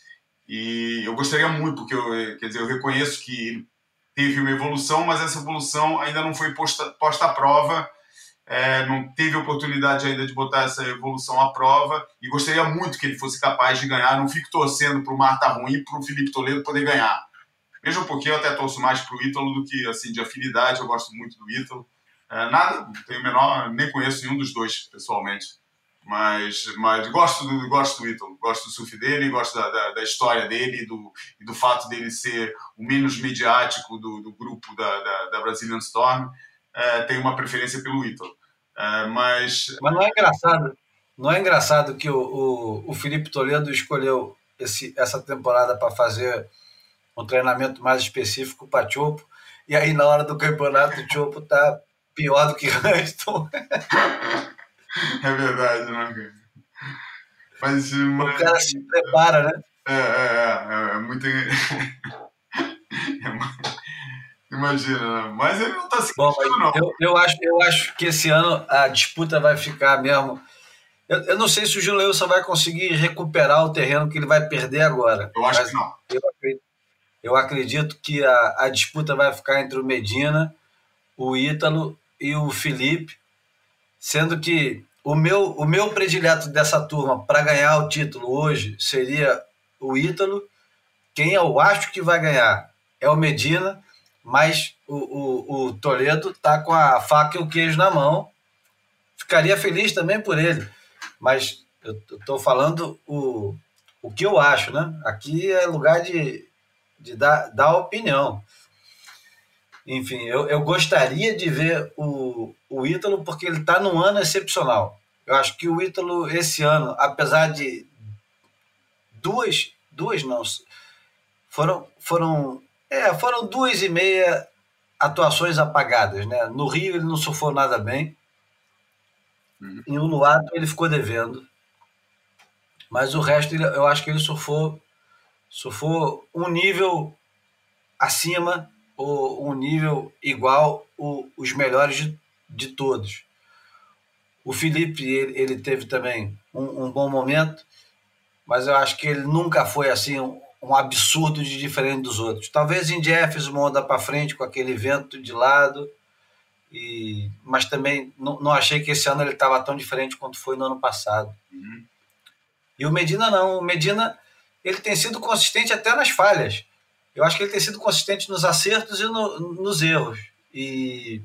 E eu gostaria muito, porque eu, quer dizer, eu reconheço que ele teve uma evolução, mas essa evolução ainda não foi posta, posta à prova, é, não teve oportunidade ainda de botar essa evolução à prova, e gostaria muito que ele fosse capaz de ganhar. Não fico torcendo para o Marta ruim e para o Felipe Toledo poder ganhar. Mesmo porque eu até torço mais para o Ítalo do que assim, de afinidade, eu gosto muito do Ítalo. É, nada, não tenho menor, nem conheço nenhum dos dois pessoalmente. Mas, mas gosto, do, gosto do Ítalo, gosto do surf dele, gosto da, da, da história dele e do, e do fato dele ser o menos midiático do, do grupo da, da, da Brazilian Storm. É, tenho uma preferência pelo Ítalo. É, mas... mas não é engraçado, não é engraçado que o, o, o Felipe Toledo escolheu esse, essa temporada para fazer um treinamento mais específico para Chopo, e aí na hora do campeonato o Chopo tá pior do que Randston. É verdade, né? Mas, mas... O cara se prepara, né? É, é, é, é muito... Imagina, né? Mas ele não tá se queixando, não. Eu, eu, acho, eu acho que esse ano a disputa vai ficar mesmo... Eu, eu não sei se o Julielson vai conseguir recuperar o terreno que ele vai perder agora. Eu acho que não. Eu acredito, eu acredito que a, a disputa vai ficar entre o Medina, o Ítalo e o Felipe, sendo que o meu, o meu predileto dessa turma para ganhar o título hoje seria o Ítalo. Quem eu acho que vai ganhar é o Medina, mas o, o, o Toledo está com a faca e o queijo na mão. Ficaria feliz também por ele, mas eu estou falando o, o que eu acho, né? Aqui é lugar de, de dar, dar opinião. Enfim, eu, eu gostaria de ver o, o Ítalo, porque ele está num ano excepcional. Eu acho que o Ítalo, esse ano, apesar de duas, duas não, foram, foram, é, foram duas e meia atuações apagadas, né? No Rio ele não surfou nada bem, uhum. Em Uluwatu ele ficou devendo, mas o resto ele, eu acho que ele surfou, surfou um nível acima, ou um nível igual o, os melhores de, de todos. O Felipe, ele, ele teve também um, um bom momento, mas eu acho que ele nunca foi assim um, um absurdo de diferente dos outros. Talvez em Jeffs uma onda para frente com aquele vento de lado, e, mas também não, não achei que esse ano ele estava tão diferente quanto foi no ano passado. Uhum. E o Medina não. O Medina ele tem sido consistente até nas falhas. Eu acho que ele tem sido consistente nos acertos e no, nos erros. E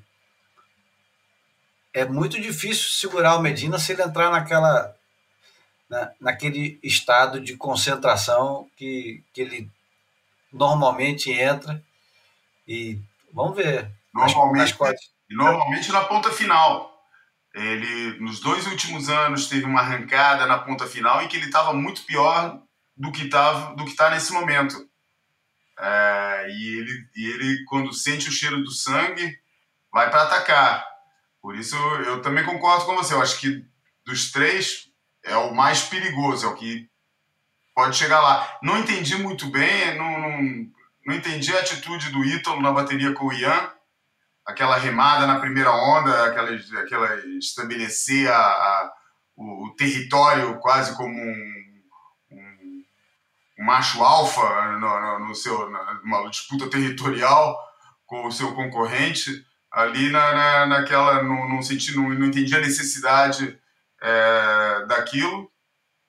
é muito difícil segurar o Medina se ele entrar naquela, na, naquele estado de concentração que, que ele normalmente entra. E vamos ver. Normalmente, nas, nas normalmente na ponta final. Ele, nos dois últimos anos, teve uma arrancada na ponta final em que ele estava muito pior do que estava, do que está nesse momento. É, e, ele, e ele, quando sente o cheiro do sangue, vai para atacar. Por isso, eu também concordo com você. Eu acho que dos três é o mais perigoso, é o que pode chegar lá. Não entendi muito bem, não, não, não entendi a atitude do Ítalo na bateria com o Ian. Aquela remada na primeira onda, aquela, aquela estabelecer a, a, o, o território quase como um, um, um macho alfa no, no, no seu, numa disputa territorial com o seu concorrente, ali na, na, naquela, não, não, senti, não, não entendi a necessidade é, daquilo.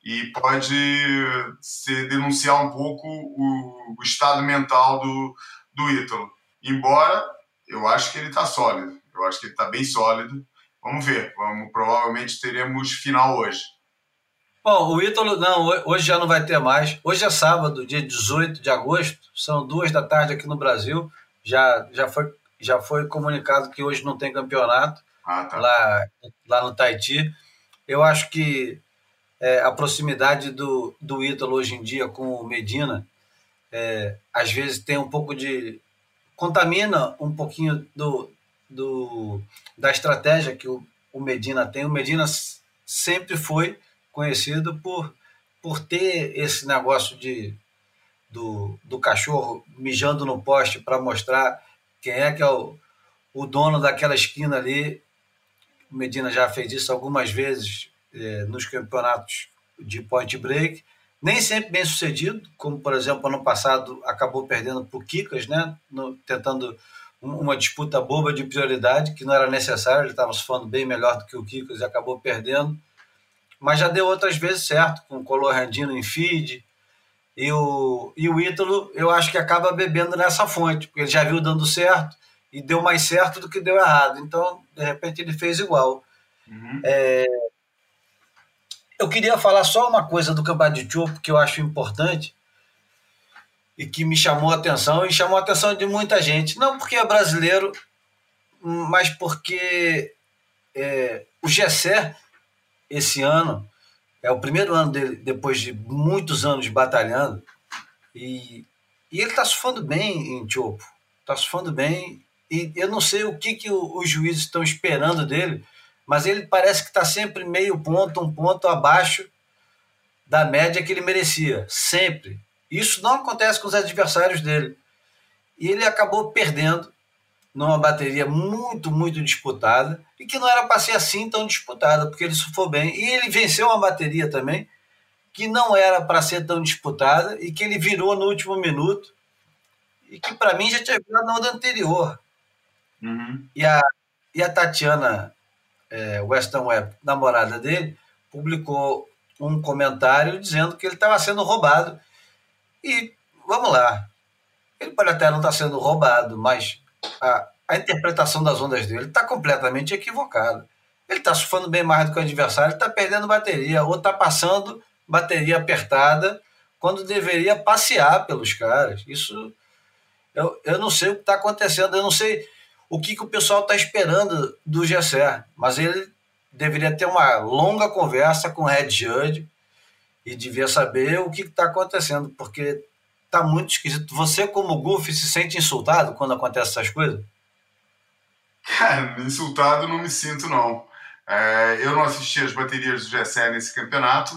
e pode se denunciar um pouco o, o estado mental do, do Ítalo. Embora eu acho que ele está sólido, eu acho que ele está bem sólido. Vamos ver, vamos, provavelmente teremos final hoje. Bom, o Ítalo, não, hoje já não vai ter mais. Hoje é sábado, dia dezoito de agosto, são duas da tarde aqui no Brasil. Já, já, foi, já foi comunicado que hoje não tem campeonato ah, tá. lá, lá no Tahiti. Eu acho que é, a proximidade do, do Ítalo hoje em dia com o Medina, é, às vezes tem um pouco de... contamina um pouquinho do, do, da estratégia que o, o Medina tem. O Medina sempre foi conhecido por, por ter esse negócio de, do, do cachorro mijando no poste para mostrar quem é que é o, o dono daquela esquina ali. O Medina já fez isso algumas vezes eh, nos campeonatos de point break, nem sempre bem sucedido, como por exemplo ano passado acabou perdendo para o Kikas, né? No, tentando uma disputa boba de prioridade que não era necessária, ele estava surfando bem melhor do que o Kikas e acabou perdendo. Mas já deu outras vezes certo, com o Colorandino em feed. E o, e o Ítalo, eu acho que acaba bebendo nessa fonte, porque ele já viu dando certo e deu mais certo do que deu errado. Então, de repente, ele fez igual. Uhum. É, eu queria falar só uma coisa do Campeonato de Chopo que eu acho importante e que me chamou a atenção, e chamou a atenção de muita gente. Não porque é brasileiro, mas porque é, o Gessé, esse ano, é o primeiro ano dele, depois de muitos anos batalhando, e, e ele está surfando bem em Chopo, está surfando bem, e eu não sei o que, que o, os juízes estão esperando dele, mas ele parece que está sempre meio ponto, um ponto abaixo da média que ele merecia, sempre. Isso não acontece com os adversários dele. E ele acabou perdendo numa bateria muito, muito disputada, e que não era para ser assim tão disputada, porque ele surfou bem. E ele venceu uma bateria também, que não era para ser tão disputada, e que ele virou no último minuto, e que para mim já tinha virado na onda anterior. Uhum. E, a, e a Tatiana é, Weston Webb, namorada dele, publicou um comentário dizendo que ele estava sendo roubado. E, vamos lá, ele pode até não estar sendo roubado, mas a, a interpretação das ondas dele está completamente equivocada. Ele está surfando bem mais do que o adversário, ele está perdendo bateria, ou está passando bateria apertada, quando deveria passear pelos caras. Isso, eu, eu não sei o que está acontecendo, eu não sei o que, que o pessoal está esperando do Gessé, mas ele deveria ter uma longa conversa com o Head Judge e devia saber o que está acontecendo, porque tá muito esquisito. Você, como Goofy, se sente insultado quando acontecem essas coisas? Cara, insultado não me sinto, não. É, eu não assisti as baterias do Gessé nesse campeonato,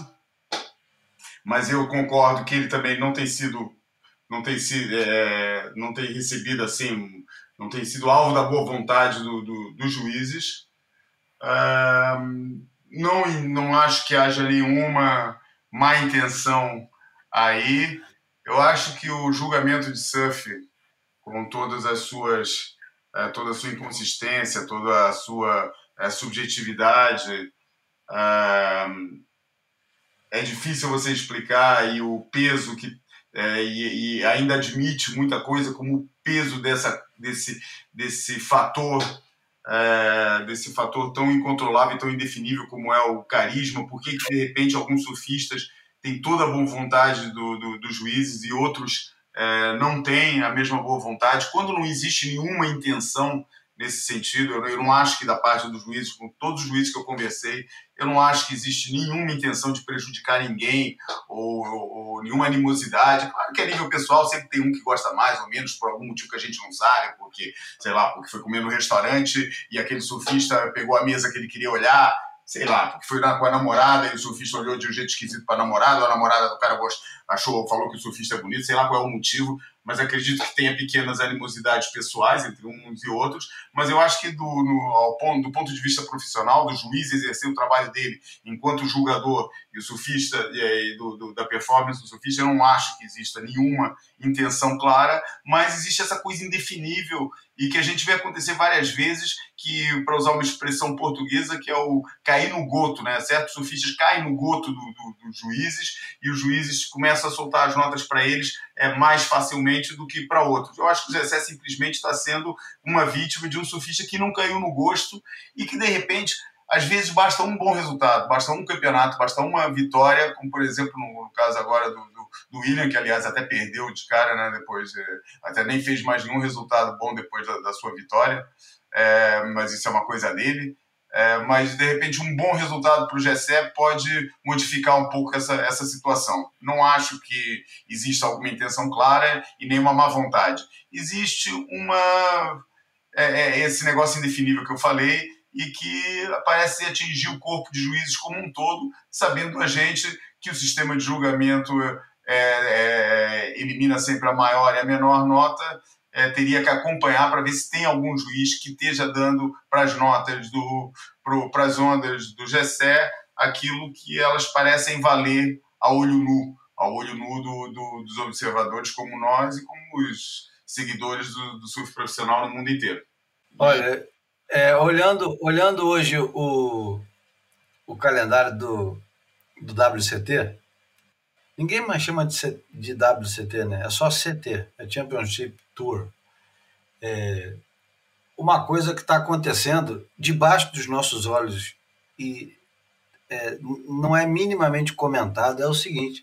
mas eu concordo que ele também não tem sido, não tem sido, é, não tem recebido assim, não tem sido alvo da boa vontade do, do, dos juízes. É, não, não acho que haja nenhuma má intenção aí. Eu acho que o julgamento de surf, com todas as suas, é, toda a sua inconsistência, toda a sua é, subjetividade, é, é difícil você explicar, e o peso que é, e, e ainda admite muita coisa, como o peso dessa, desse, desse fator é, desse fator tão incontrolável e tão indefinível como é o carisma. Por que, que de repente alguns surfistas têm toda a boa vontade do, do, dos juízes e outros é, não têm a mesma boa vontade, quando não existe nenhuma intenção nesse sentido? Eu, eu não acho que da parte dos juízes, com todos os juízes que eu conversei, eu não acho que existe nenhuma intenção de prejudicar ninguém ou, ou, ou nenhuma animosidade. Claro que a nível pessoal sempre tem um que gosta mais ou menos por algum motivo que a gente não sabe, porque, sei lá, porque foi comer no restaurante e aquele surfista pegou a mesa que ele queria olhar, sei lá, porque foi com a namorada e o surfista olhou de um jeito esquisito para a namorada, ou a namorada do cara achou, falou que o surfista é bonito, sei lá qual é o motivo, mas acredito que tenha pequenas animosidades pessoais entre uns e outros, mas eu acho que do, no, ao ponto, do ponto de vista profissional, do juiz exercer o trabalho dele enquanto julgador e o surfista e, e do, do, da performance do surfista, eu não acho que exista nenhuma intenção clara, mas existe essa coisa indefinível e que a gente vê acontecer várias vezes, que, para usar uma expressão portuguesa, que é o cair no goto, né? Certos surfistas caem no goto do, do, dos juízes e os juízes começam a soltar as notas para eles é, mais facilmente do que para outros. Eu acho que o Gessé simplesmente está sendo uma vítima de um surfista que não caiu no gosto e que, de repente, às vezes basta um bom resultado, basta um campeonato, basta uma vitória, como, por exemplo, no, no caso agora do, do, do William, que, aliás, até perdeu de cara, né? Depois, é, até nem fez mais nenhum resultado bom depois da, da sua vitória, é, mas isso é uma coisa dele. É, mas, de repente, um bom resultado para o Gessé pode modificar um pouco essa, essa situação. Não acho que exista alguma intenção clara e nem uma má vontade. Existe uma, é, é, esse negócio indefinível que eu falei e que parece atingir o corpo de juízes como um todo, sabendo a gente que o sistema de julgamento é, é, elimina sempre a maior e a menor nota. É, teria que acompanhar para ver se tem algum juiz que esteja dando para as notas, para as ondas do Gessé, aquilo que elas parecem valer a olho nu, a olho nu do, do, dos observadores como nós e como os seguidores do, do surf profissional no mundo inteiro. Olha, é, olhando, olhando hoje o, o calendário do, do W C T, ninguém mais chama de, C, de W C T, né? É só C T, é Championship Tour. É uma coisa que está acontecendo debaixo dos nossos olhos e é, não é minimamente comentado, é o seguinte: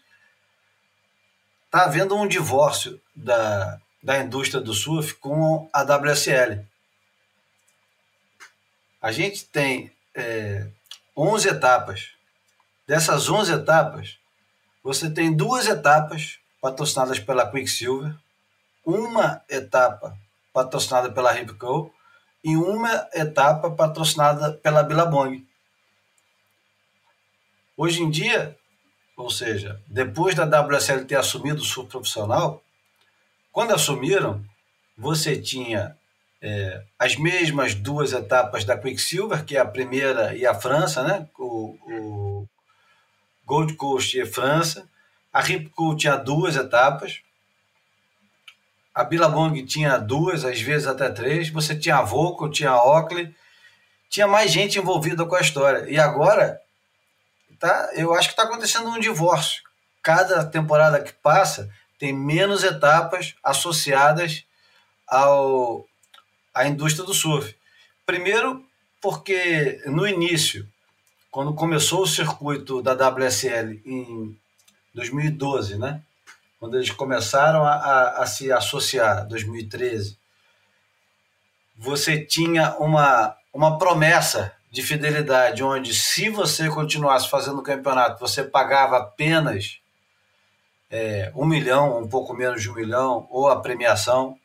está havendo um divórcio da, da indústria do surf com a W S L. A gente tem é, onze etapas. Dessas onze etapas, você tem duas etapas patrocinadas pela Quicksilver, uma etapa patrocinada pela Rip Curl e uma etapa patrocinada pela Billabong. Hoje em dia, ou seja, depois da W S L ter assumido o surf profissional, quando assumiram, você tinha é, as mesmas duas etapas da Quicksilver, que é a primeira e a França, né? o, o Gold Coast e França. A Rip Curl tinha duas etapas, a Billabong tinha duas, às vezes até três, você tinha a Volco, tinha a Oakley, tinha mais gente envolvida com a história. E agora, tá, eu acho que está acontecendo um divórcio. Cada temporada que passa tem menos etapas associadas ao, à indústria do surf. Primeiro, porque no início, quando começou o circuito da W S L em dois mil e doze, né? Quando eles começaram a, a, a se associar, dois mil e treze, você tinha uma, uma promessa de fidelidade, onde se você continuasse fazendo o campeonato, você pagava apenas é, um milhão, um pouco menos de um milhão, ou a premiação.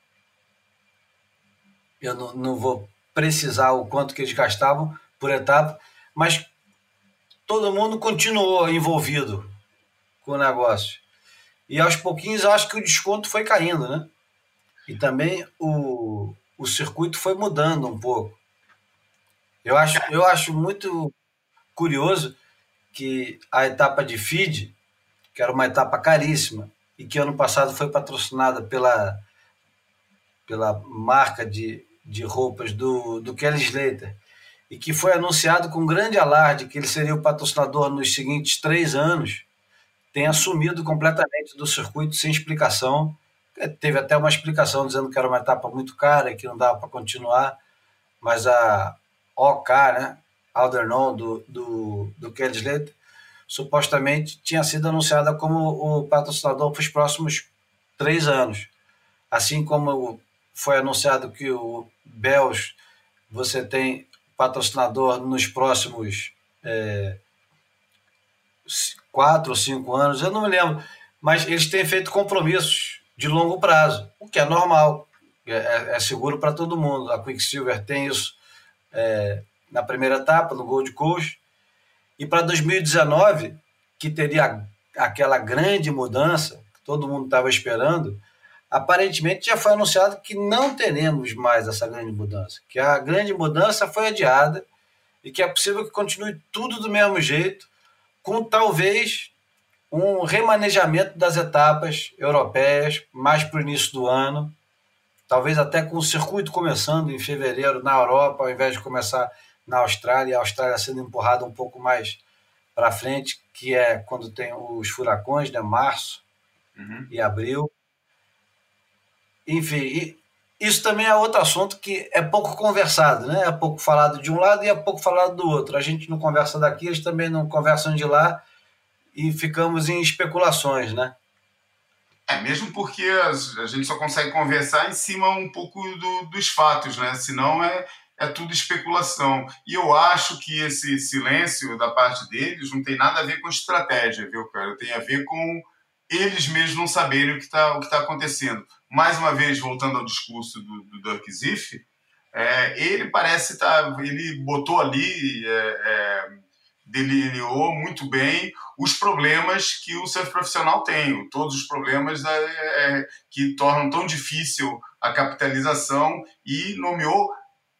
Eu não, não vou precisar o quanto que eles gastavam por etapa, mas todo mundo continuou envolvido com o negócio. E aos pouquinhos eu acho que o desconto foi caindo, né? E também o, o circuito foi mudando um pouco. Eu acho, eu acho muito curioso que a etapa de feed, que era uma etapa caríssima, e que ano passado foi patrocinada pela, pela marca de, de roupas do, do Kelly Slater, e que foi anunciado com grande alarde que ele seria o patrocinador nos seguintes três anos, tem assumido completamente do circuito sem explicação. Teve até uma explicação dizendo que era uma etapa muito cara e que não dava para continuar, mas a O K, né, Aldernon, do, do, do Kelly Slater, supostamente tinha sido anunciada como o patrocinador para os próximos três anos. Assim como foi anunciado que o Bells, você tem patrocinador nos próximos é, quatro ou cinco anos, eu não me lembro, mas eles têm feito compromissos de longo prazo, o que é normal, é, é seguro para todo mundo. A Quicksilver tem isso é, na primeira etapa, no Gold Coast, e para dois mil e dezenove, que teria aquela grande mudança que todo mundo estava esperando, aparentemente já foi anunciado que não teremos mais essa grande mudança, que a grande mudança foi adiada e que é possível que continue tudo do mesmo jeito, com talvez um remanejamento das etapas europeias mais para o início do ano, talvez até com o circuito começando em fevereiro na Europa, ao invés de começar na Austrália, a Austrália sendo empurrada um pouco mais para frente, que é quando tem os furacões, né, março uhum. e abril. Enfim, isso também é outro assunto que é pouco conversado, né? É pouco falado de um lado e é pouco falado do outro. A gente não conversa daqui, eles também não conversam de lá e ficamos em especulações, né? É, mesmo porque a gente só consegue conversar em cima um pouco do, dos fatos, né? Senão é, é tudo especulação. E eu acho que esse silêncio da parte deles não tem nada a ver com estratégia, viu, cara? Tem a ver com eles mesmos não saberem o que está o que tá acontecendo. Mais uma vez, voltando ao discurso do, do Dirk Ziff, é, ele parece estar... Tá, ele botou ali, é, é, delineou muito bem os problemas que o surf profissional tem, todos os problemas é, é, que tornam tão difícil a capitalização e nomeou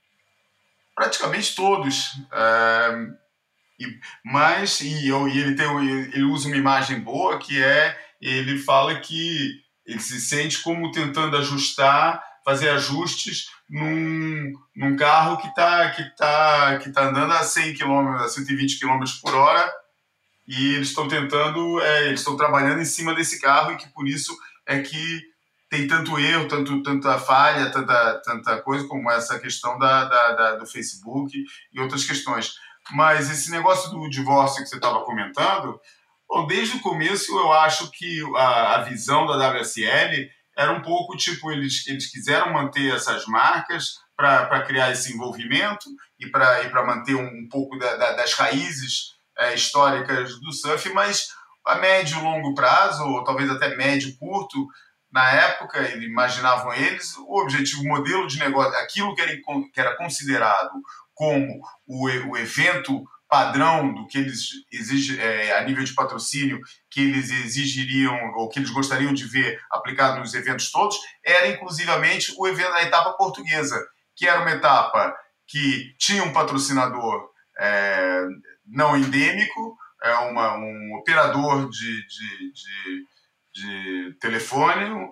praticamente todos. É, e, mas e, e ele, tem, ele usa uma imagem boa que é, ele fala que ele se sente como tentando ajustar, fazer ajustes num, num carro que está que tá, que tá andando a cem quilômetros, a cento e vinte quilômetros por hora, e eles estão tentando, é, eles estão trabalhando em cima desse carro, e que por isso é que tem tanto erro, tanto, tanta falha, tanta, tanta coisa, como essa questão da, da, da, do Facebook e outras questões. Mas esse negócio do divórcio que você estava comentando, bom, desde o começo eu acho que a, a visão da W S L era um pouco tipo, eles, eles quiseram manter essas marcas para criar esse envolvimento e para e para manter um, um pouco da, da, das raízes é, históricas do surf, mas a médio e longo prazo, ou talvez até médio e curto, na época, eles imaginavam eles, o objetivo, o modelo de negócio, aquilo que era, que era considerado como o, o evento padrão do que eles exigem é, a nível de patrocínio, que eles exigiriam ou que eles gostariam de ver aplicado nos eventos todos, era inclusivamente o evento da etapa portuguesa, que era uma etapa que tinha um patrocinador é, não endêmico, é uma, um operador de, de, de, de telefone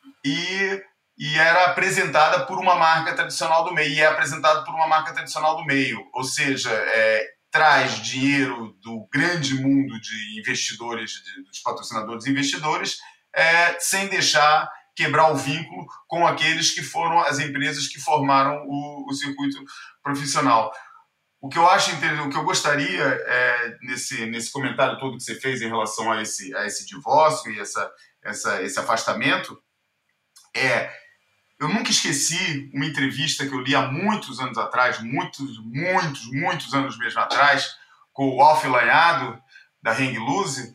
e e era apresentada por uma marca tradicional do meio, e é apresentada por uma marca tradicional do meio, ou seja, é, traz dinheiro do grande mundo de investidores, de, dos patrocinadores e investidores, é, sem deixar quebrar o vínculo com aqueles que foram as empresas que formaram o, o circuito profissional. O que eu acho, o que eu gostaria, é, nesse, nesse comentário todo que você fez em relação a esse, a esse divórcio e essa, essa, esse afastamento, é... Eu nunca esqueci uma entrevista que eu li há muitos anos atrás, muitos, muitos, muitos anos mesmo atrás, com o Alf Lanhado, da Hang Loose.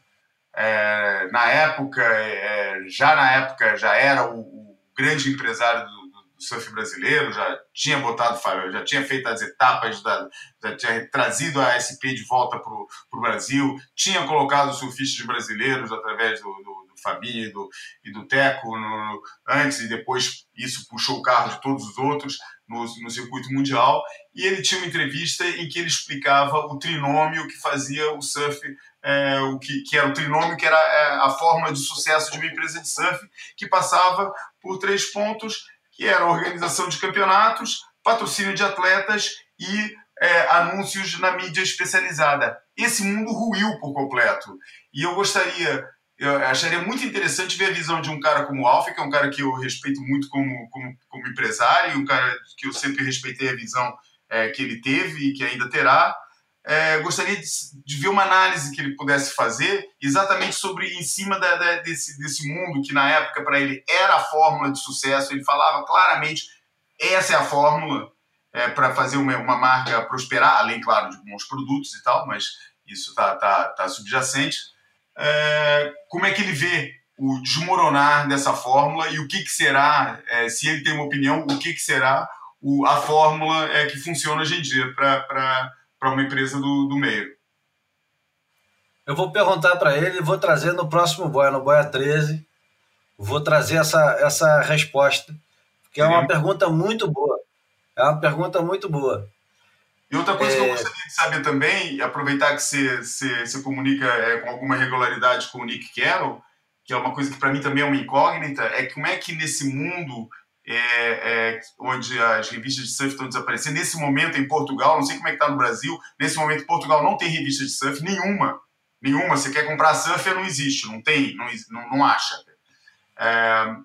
É, na época, é, já na época, já era o, o grande empresário do, do, do surf brasileiro, já tinha botado, já tinha feito as etapas, da, já tinha trazido a A S P de volta para o Brasil, tinha colocado os surfistas brasileiros através do, do Fabinho e do, e do Teco no, antes, e depois isso puxou o carro de todos os outros no, no circuito mundial, e ele tinha uma entrevista em que ele explicava o trinômio que fazia o surf, é, o que, que era o trinômio, que era a fórmula de sucesso de uma empresa de surf, que passava por três pontos, que era a organização de campeonatos, patrocínio de atletas e é, anúncios na mídia especializada. Esse mundo ruiu por completo, e eu gostaria... Eu acharia muito interessante ver a visão de um cara como o Alf, que é um cara que eu respeito muito como, como, como empresário, um cara que eu sempre respeitei a visão é, que ele teve e que ainda terá. É, gostaria de, de ver uma análise que ele pudesse fazer exatamente sobre, em cima da, da, desse, desse mundo que na época para ele era a fórmula de sucesso. Ele falava claramente, essa é a fórmula é, para fazer uma, uma marca prosperar, além, claro, de bons produtos e tal, mas isso está tá, tá subjacente. É, como é que ele vê o desmoronar dessa fórmula e o que, que será, é, se ele tem uma opinião, o que, que será o, a fórmula é, que funciona hoje em dia para uma empresa do, do meio? Eu vou perguntar para ele e vou trazer no próximo Boia, no Boia treze, vou trazer essa, essa resposta, que é uma pergunta muito boa. É uma pergunta muito boa. E outra coisa é... que eu gostaria de saber também, aproveitar que você, você, você comunica é, com alguma regularidade com o Nick Carroll, que é uma coisa que para mim também é uma incógnita, é como é que nesse mundo é, é, onde as revistas de surf estão desaparecendo, nesse momento em Portugal, não sei como é que está no Brasil, nesse momento em Portugal não tem revista de surf nenhuma, nenhuma, você quer comprar surfer, não existe, não tem, não, não, não acha. É,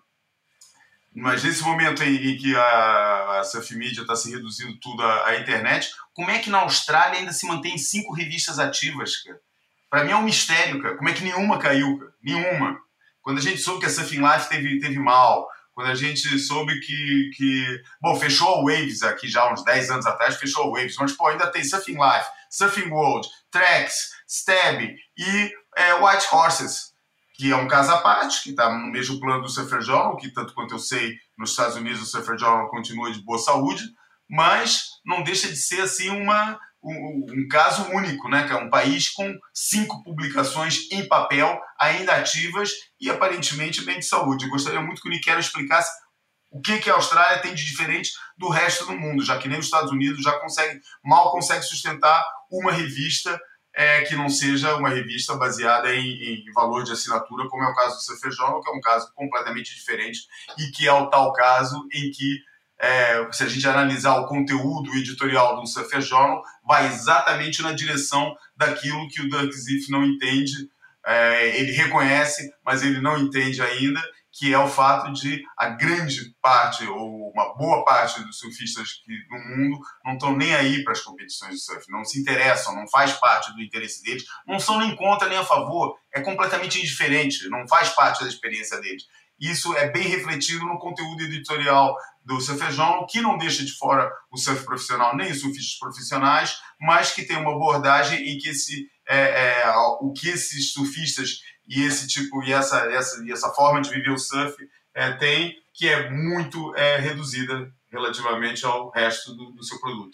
mas nesse momento em, em que a, a surf media está se reduzindo tudo à, à internet, como é que na Austrália ainda se mantém cinco revistas ativas, cara? Para mim é um mistério, cara. Como é que nenhuma caiu, cara? Nenhuma. Quando a gente soube que a Surfing Life teve, teve mal, quando a gente soube que, que... Bom, fechou a Waves aqui já há uns dez anos atrás, fechou a Waves, mas pô, ainda tem Surfing Life, Surfing World, Tracks, Stab e é, White Horses, que é um caso à parte, que está no mesmo plano do Surfer Journal, que tanto quanto eu sei, nos Estados Unidos o Surfer Journal continua de boa saúde, mas não deixa de ser assim uma... Um, um caso único, né? Que é um país com cinco publicações em papel ainda ativas e aparentemente bem de saúde. Eu gostaria muito que o Nick explicasse o que, que a Austrália tem de diferente do resto do mundo, já que nem os Estados Unidos já consegue, mal consegue sustentar uma revista é, que não seja uma revista baseada em, em valor de assinatura, como é o caso do Surfer Journal, que é um caso completamente diferente e que é o tal caso em que É, se a gente analisar o conteúdo editorial do Surfer Journal, vai exatamente na direção daquilo que o Doug Ziff não entende. É, ele reconhece, mas ele não entende ainda, que é o fato de a grande parte, ou uma boa parte dos surfistas que, no mundo não estão nem aí para as competições de surf, não se interessam, não faz parte do interesse deles, não são nem contra nem a favor, é completamente indiferente, não faz parte da experiência deles. Isso é bem refletido no conteúdo editorial do Surfer Journal, que não deixa de fora o surf profissional nem os surfistas profissionais, mas que tem uma abordagem em que esse, é, é, o que esses surfistas e esse tipo e essa, essa, e essa forma de viver o surf é, tem, que é muito é, reduzida relativamente ao resto do, do seu produto.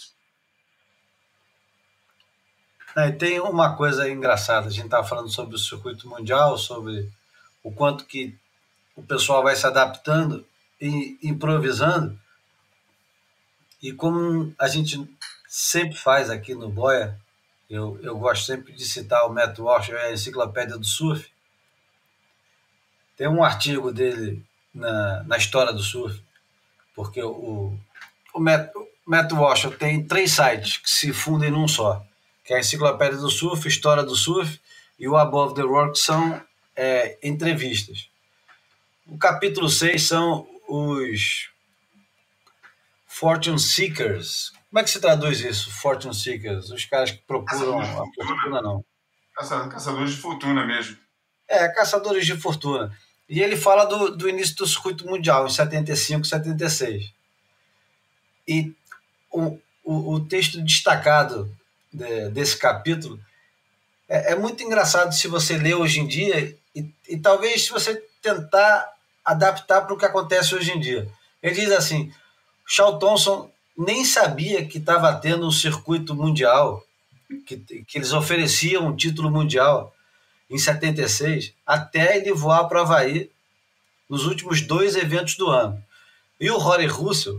É, tem uma coisa engraçada, a gente estava falando sobre o circuito mundial, sobre o quanto que o pessoal vai se adaptando e improvisando, e como a gente sempre faz aqui no Boia, eu, eu gosto sempre de citar o Matt Walsh, a Enciclopédia do Surf. Tem um artigo dele na, na história do surf, porque o, o Matt, o Matt Walsh tem três sites que se fundem num só, que é a Enciclopédia do Surf, História do Surf e o Above the Rock, que são é, entrevistas. O capítulo seis são os Fortune Seekers. Como é que se traduz isso, Fortune Seekers? Os caras que procuram a fortuna, não. Caçadores de fortuna mesmo. É, caçadores de fortuna. E ele fala do, do início do circuito mundial, em setenta e cinco, setenta e seis. E o, o, o texto destacado de, desse capítulo é, é muito engraçado se você ler hoje em dia e, e talvez se você tentar adaptar para o que acontece hoje em dia. Ele diz assim, Shaw Thompson nem sabia que estava tendo um circuito mundial, que, que eles ofereciam um título mundial em setenta e seis, até ele voar para o Havaí nos últimos dois eventos do ano. E o Rory Russell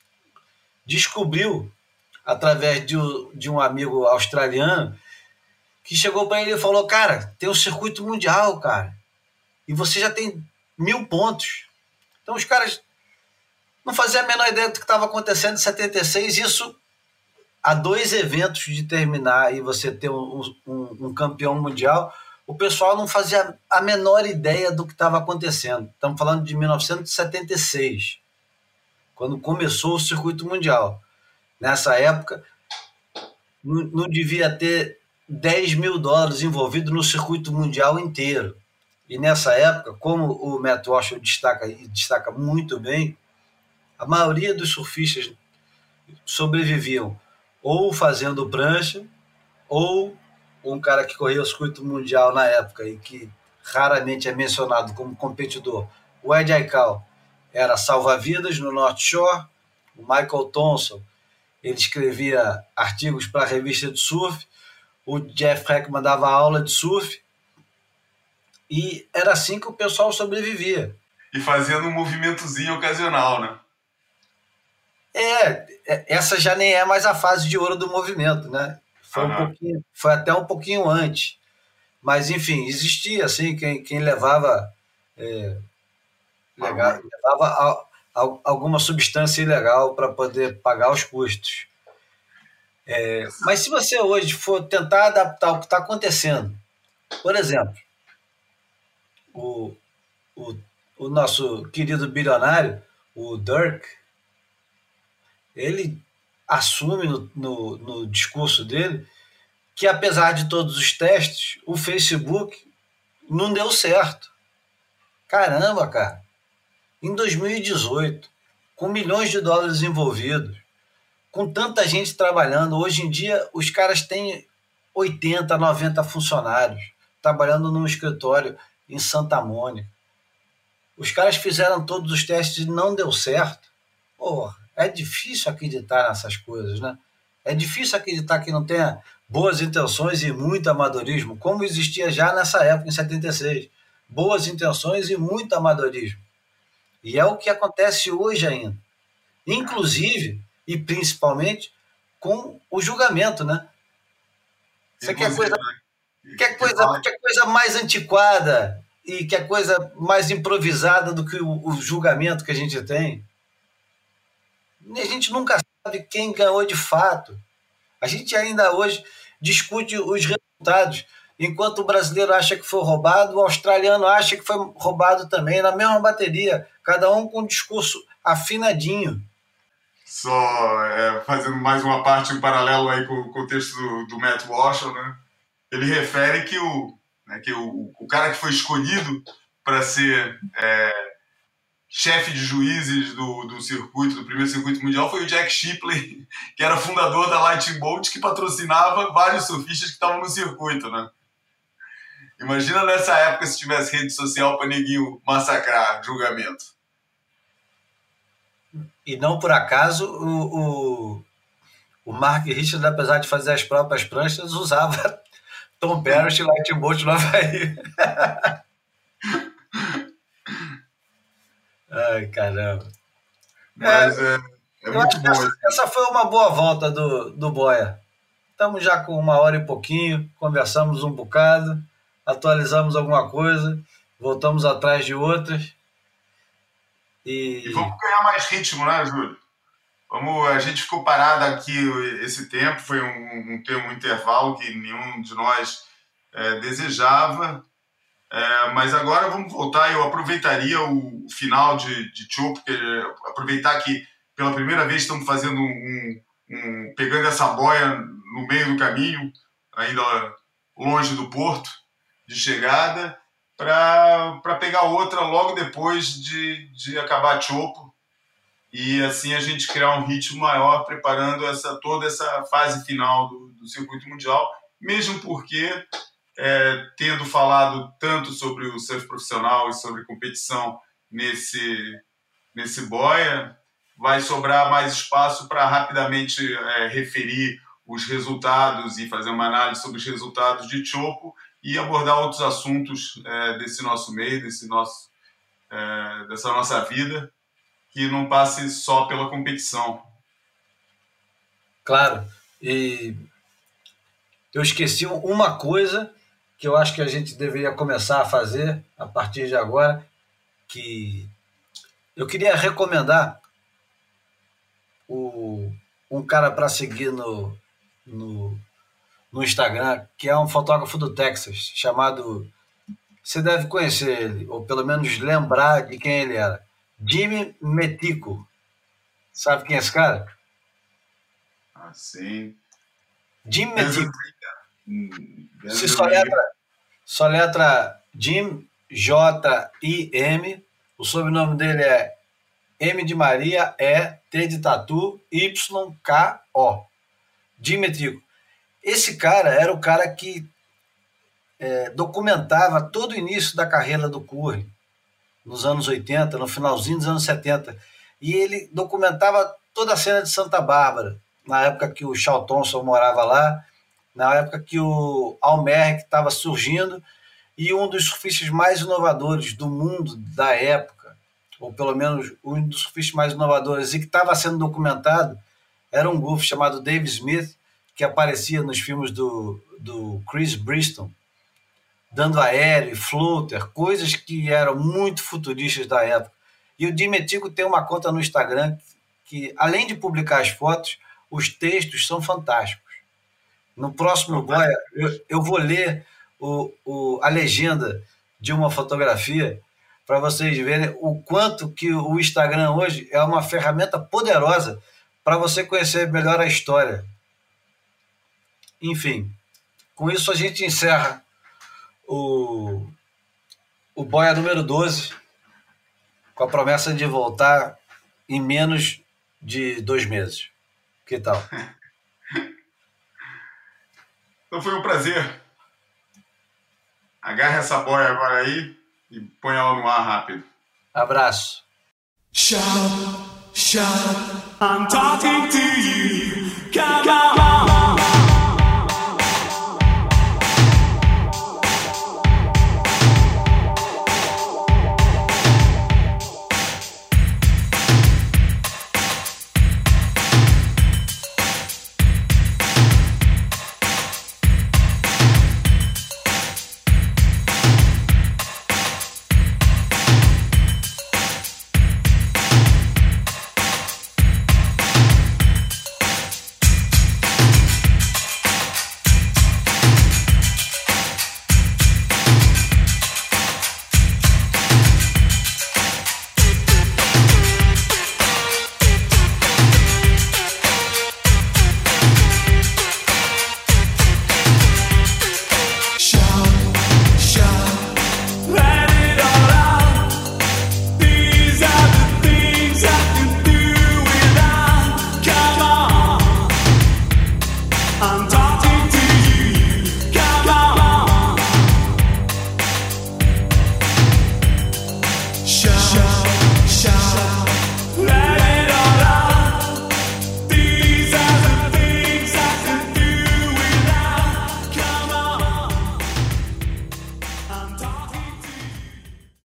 descobriu, através de, de um amigo australiano, que chegou para ele e falou, cara, tem um circuito mundial, cara, e você já tem mil pontos. Então os caras não faziam a menor ideia do que estava acontecendo em setenta e seis, isso há dois eventos de terminar e você ter um, um, um campeão mundial, o pessoal não fazia a menor ideia do que estava acontecendo. Estamos falando de mil novecentos e setenta e seis, quando começou o circuito mundial. Nessa época, não, não devia ter dez mil dólares envolvidos no circuito mundial inteiro. E nessa época, como o Matt Walsh destaca, destaca muito bem, a maioria dos surfistas sobreviviam ou fazendo prancha, ou um cara que corria o circuito mundial na época e que raramente é mencionado como competidor, o Ed Aikau, era salva-vidas no North Shore. O Michael Thompson, ele escrevia artigos para a revista de surf. O Jeff Heckman dava aula de surf. E era assim que o pessoal sobrevivia. e fazendo um movimentozinho ocasional, né? É, essa já nem é mais a fase de ouro do movimento, né? Foi um Aham. pouquinho, foi até um pouquinho antes. Mas, enfim, existia, assim, quem, quem levava, é, legal, Barulho. levava a, a, alguma substância ilegal para poder pagar os custos. É, mas se você hoje for tentar adaptar o que está acontecendo, por exemplo, o, o, o nosso querido bilionário, o Dirk, ele assume no, no, no discurso dele que, apesar de todos os testes, o Facebook não deu certo. Caramba, cara. Em dois mil e dezoito, com milhões de dólares envolvidos, com tanta gente trabalhando, hoje em dia os caras têm oitenta, noventa funcionários trabalhando num escritório em Santa Mônica. Os caras fizeram todos os testes e não deu certo. Porra, é difícil acreditar nessas coisas, né? É difícil acreditar que não tenha boas intenções e muito amadorismo, como existia já nessa época, em setenta e seis. Boas intenções e muito amadorismo. E é o que acontece hoje ainda. Inclusive, e principalmente, com o julgamento, né? Você quer coisa, quer coisa, quer coisa mais antiquada e quer coisa mais improvisada do que o, o julgamento que a gente tem? E a gente nunca sabe quem ganhou de fato. A gente ainda hoje discute os resultados. Enquanto o brasileiro acha que foi roubado, o australiano acha que foi roubado também, na mesma bateria, cada um com um discurso afinadinho. Só é, fazendo mais uma parte em paralelo aí com, com o texto do, do Matt Walsh, né? Ele refere que o, né, que o, o cara que foi escolhido para ser é, chefe de juízes do, do circuito, do primeiro circuito mundial, foi o Jack Shipley, que era fundador da Lightning Bolt, que patrocinava vários surfistas que estavam no circuito, né? Imagina nessa época se tivesse rede social para neguinho massacrar julgamento. E não por acaso o, o, o Mark Richards, apesar de fazer as próprias pranchas, usava Tom Parrish e Lightning Bolt no Havaí. Ai, caramba. Mas é, é, é muito bom. Essa, essa foi uma boa volta do, do Boia. Estamos já com uma hora e pouquinho, conversamos um bocado, atualizamos alguma coisa, voltamos atrás de outras. E, e vamos ganhar mais ritmo, né, Júlio? Vamos, a gente ficou parado aqui esse tempo, foi um, um, um intervalo que nenhum de nós é, desejava, é, mas agora vamos voltar. Eu aproveitaria o final de, de Chopo, porque aproveitar que pela primeira vez estamos fazendo um, um, pegando essa boia no meio do caminho, ainda longe do porto de chegada, para pegar outra logo depois de, de acabar Chopo, e assim a gente criar um ritmo maior, preparando essa, toda essa fase final do, do circuito mundial, mesmo porque, é, tendo falado tanto sobre o surf profissional e sobre competição nesse, nesse boia, vai sobrar mais espaço para rapidamente é, referir os resultados e fazer uma análise sobre os resultados de Chopo e abordar outros assuntos é, desse nosso meio, desse nosso, é, dessa nossa vida, que não passe só pela competição. Claro, e eu esqueci uma coisa que eu acho que a gente deveria começar a fazer a partir de agora, que eu queria recomendar o, um cara para seguir no, no, no Instagram, que é um fotógrafo do Texas, chamado... Você deve conhecer ele, ou pelo menos lembrar de quem ele era. Jimmy Metico. Sabe quem é esse cara? Ah, sim. Jim Metico. Se só letra, só letra Jim, J I M. O sobrenome dele é M de Maria, E, T de Tatu, Y, K, O. Jim Metico. Esse cara era o cara que é, documentava todo o início da carreira do Curry, nos anos oitenta, no finalzinho dos anos setenta. E ele documentava toda a cena de Santa Bárbara, na época que o Shaw Thompson morava lá, na época que o Al Merrick estava surgindo, e um dos surfistas mais inovadores do mundo da época, ou pelo menos um dos surfistas mais inovadores, e que estava sendo documentado, era um golfe chamado Dave Smith, que aparecia nos filmes do, do Chris Briston, dando aéreo, floater, coisas que eram muito futuristas da época. E o Jimmy Tico tem uma conta no Instagram que, além de publicar as fotos, os textos são fantásticos. No próximo Boia, eu, eu vou ler o, o, a legenda de uma fotografia para vocês verem o quanto que o Instagram hoje é uma ferramenta poderosa para você conhecer melhor a história. Enfim, com isso a gente encerra o, o Boia número doze, com a promessa de voltar em menos de dois meses. Que tal? Então foi um prazer. Agarra essa boia agora aí e põe ela no ar rápido. Abraço. Shout, shout, I'm talking to you. Come on.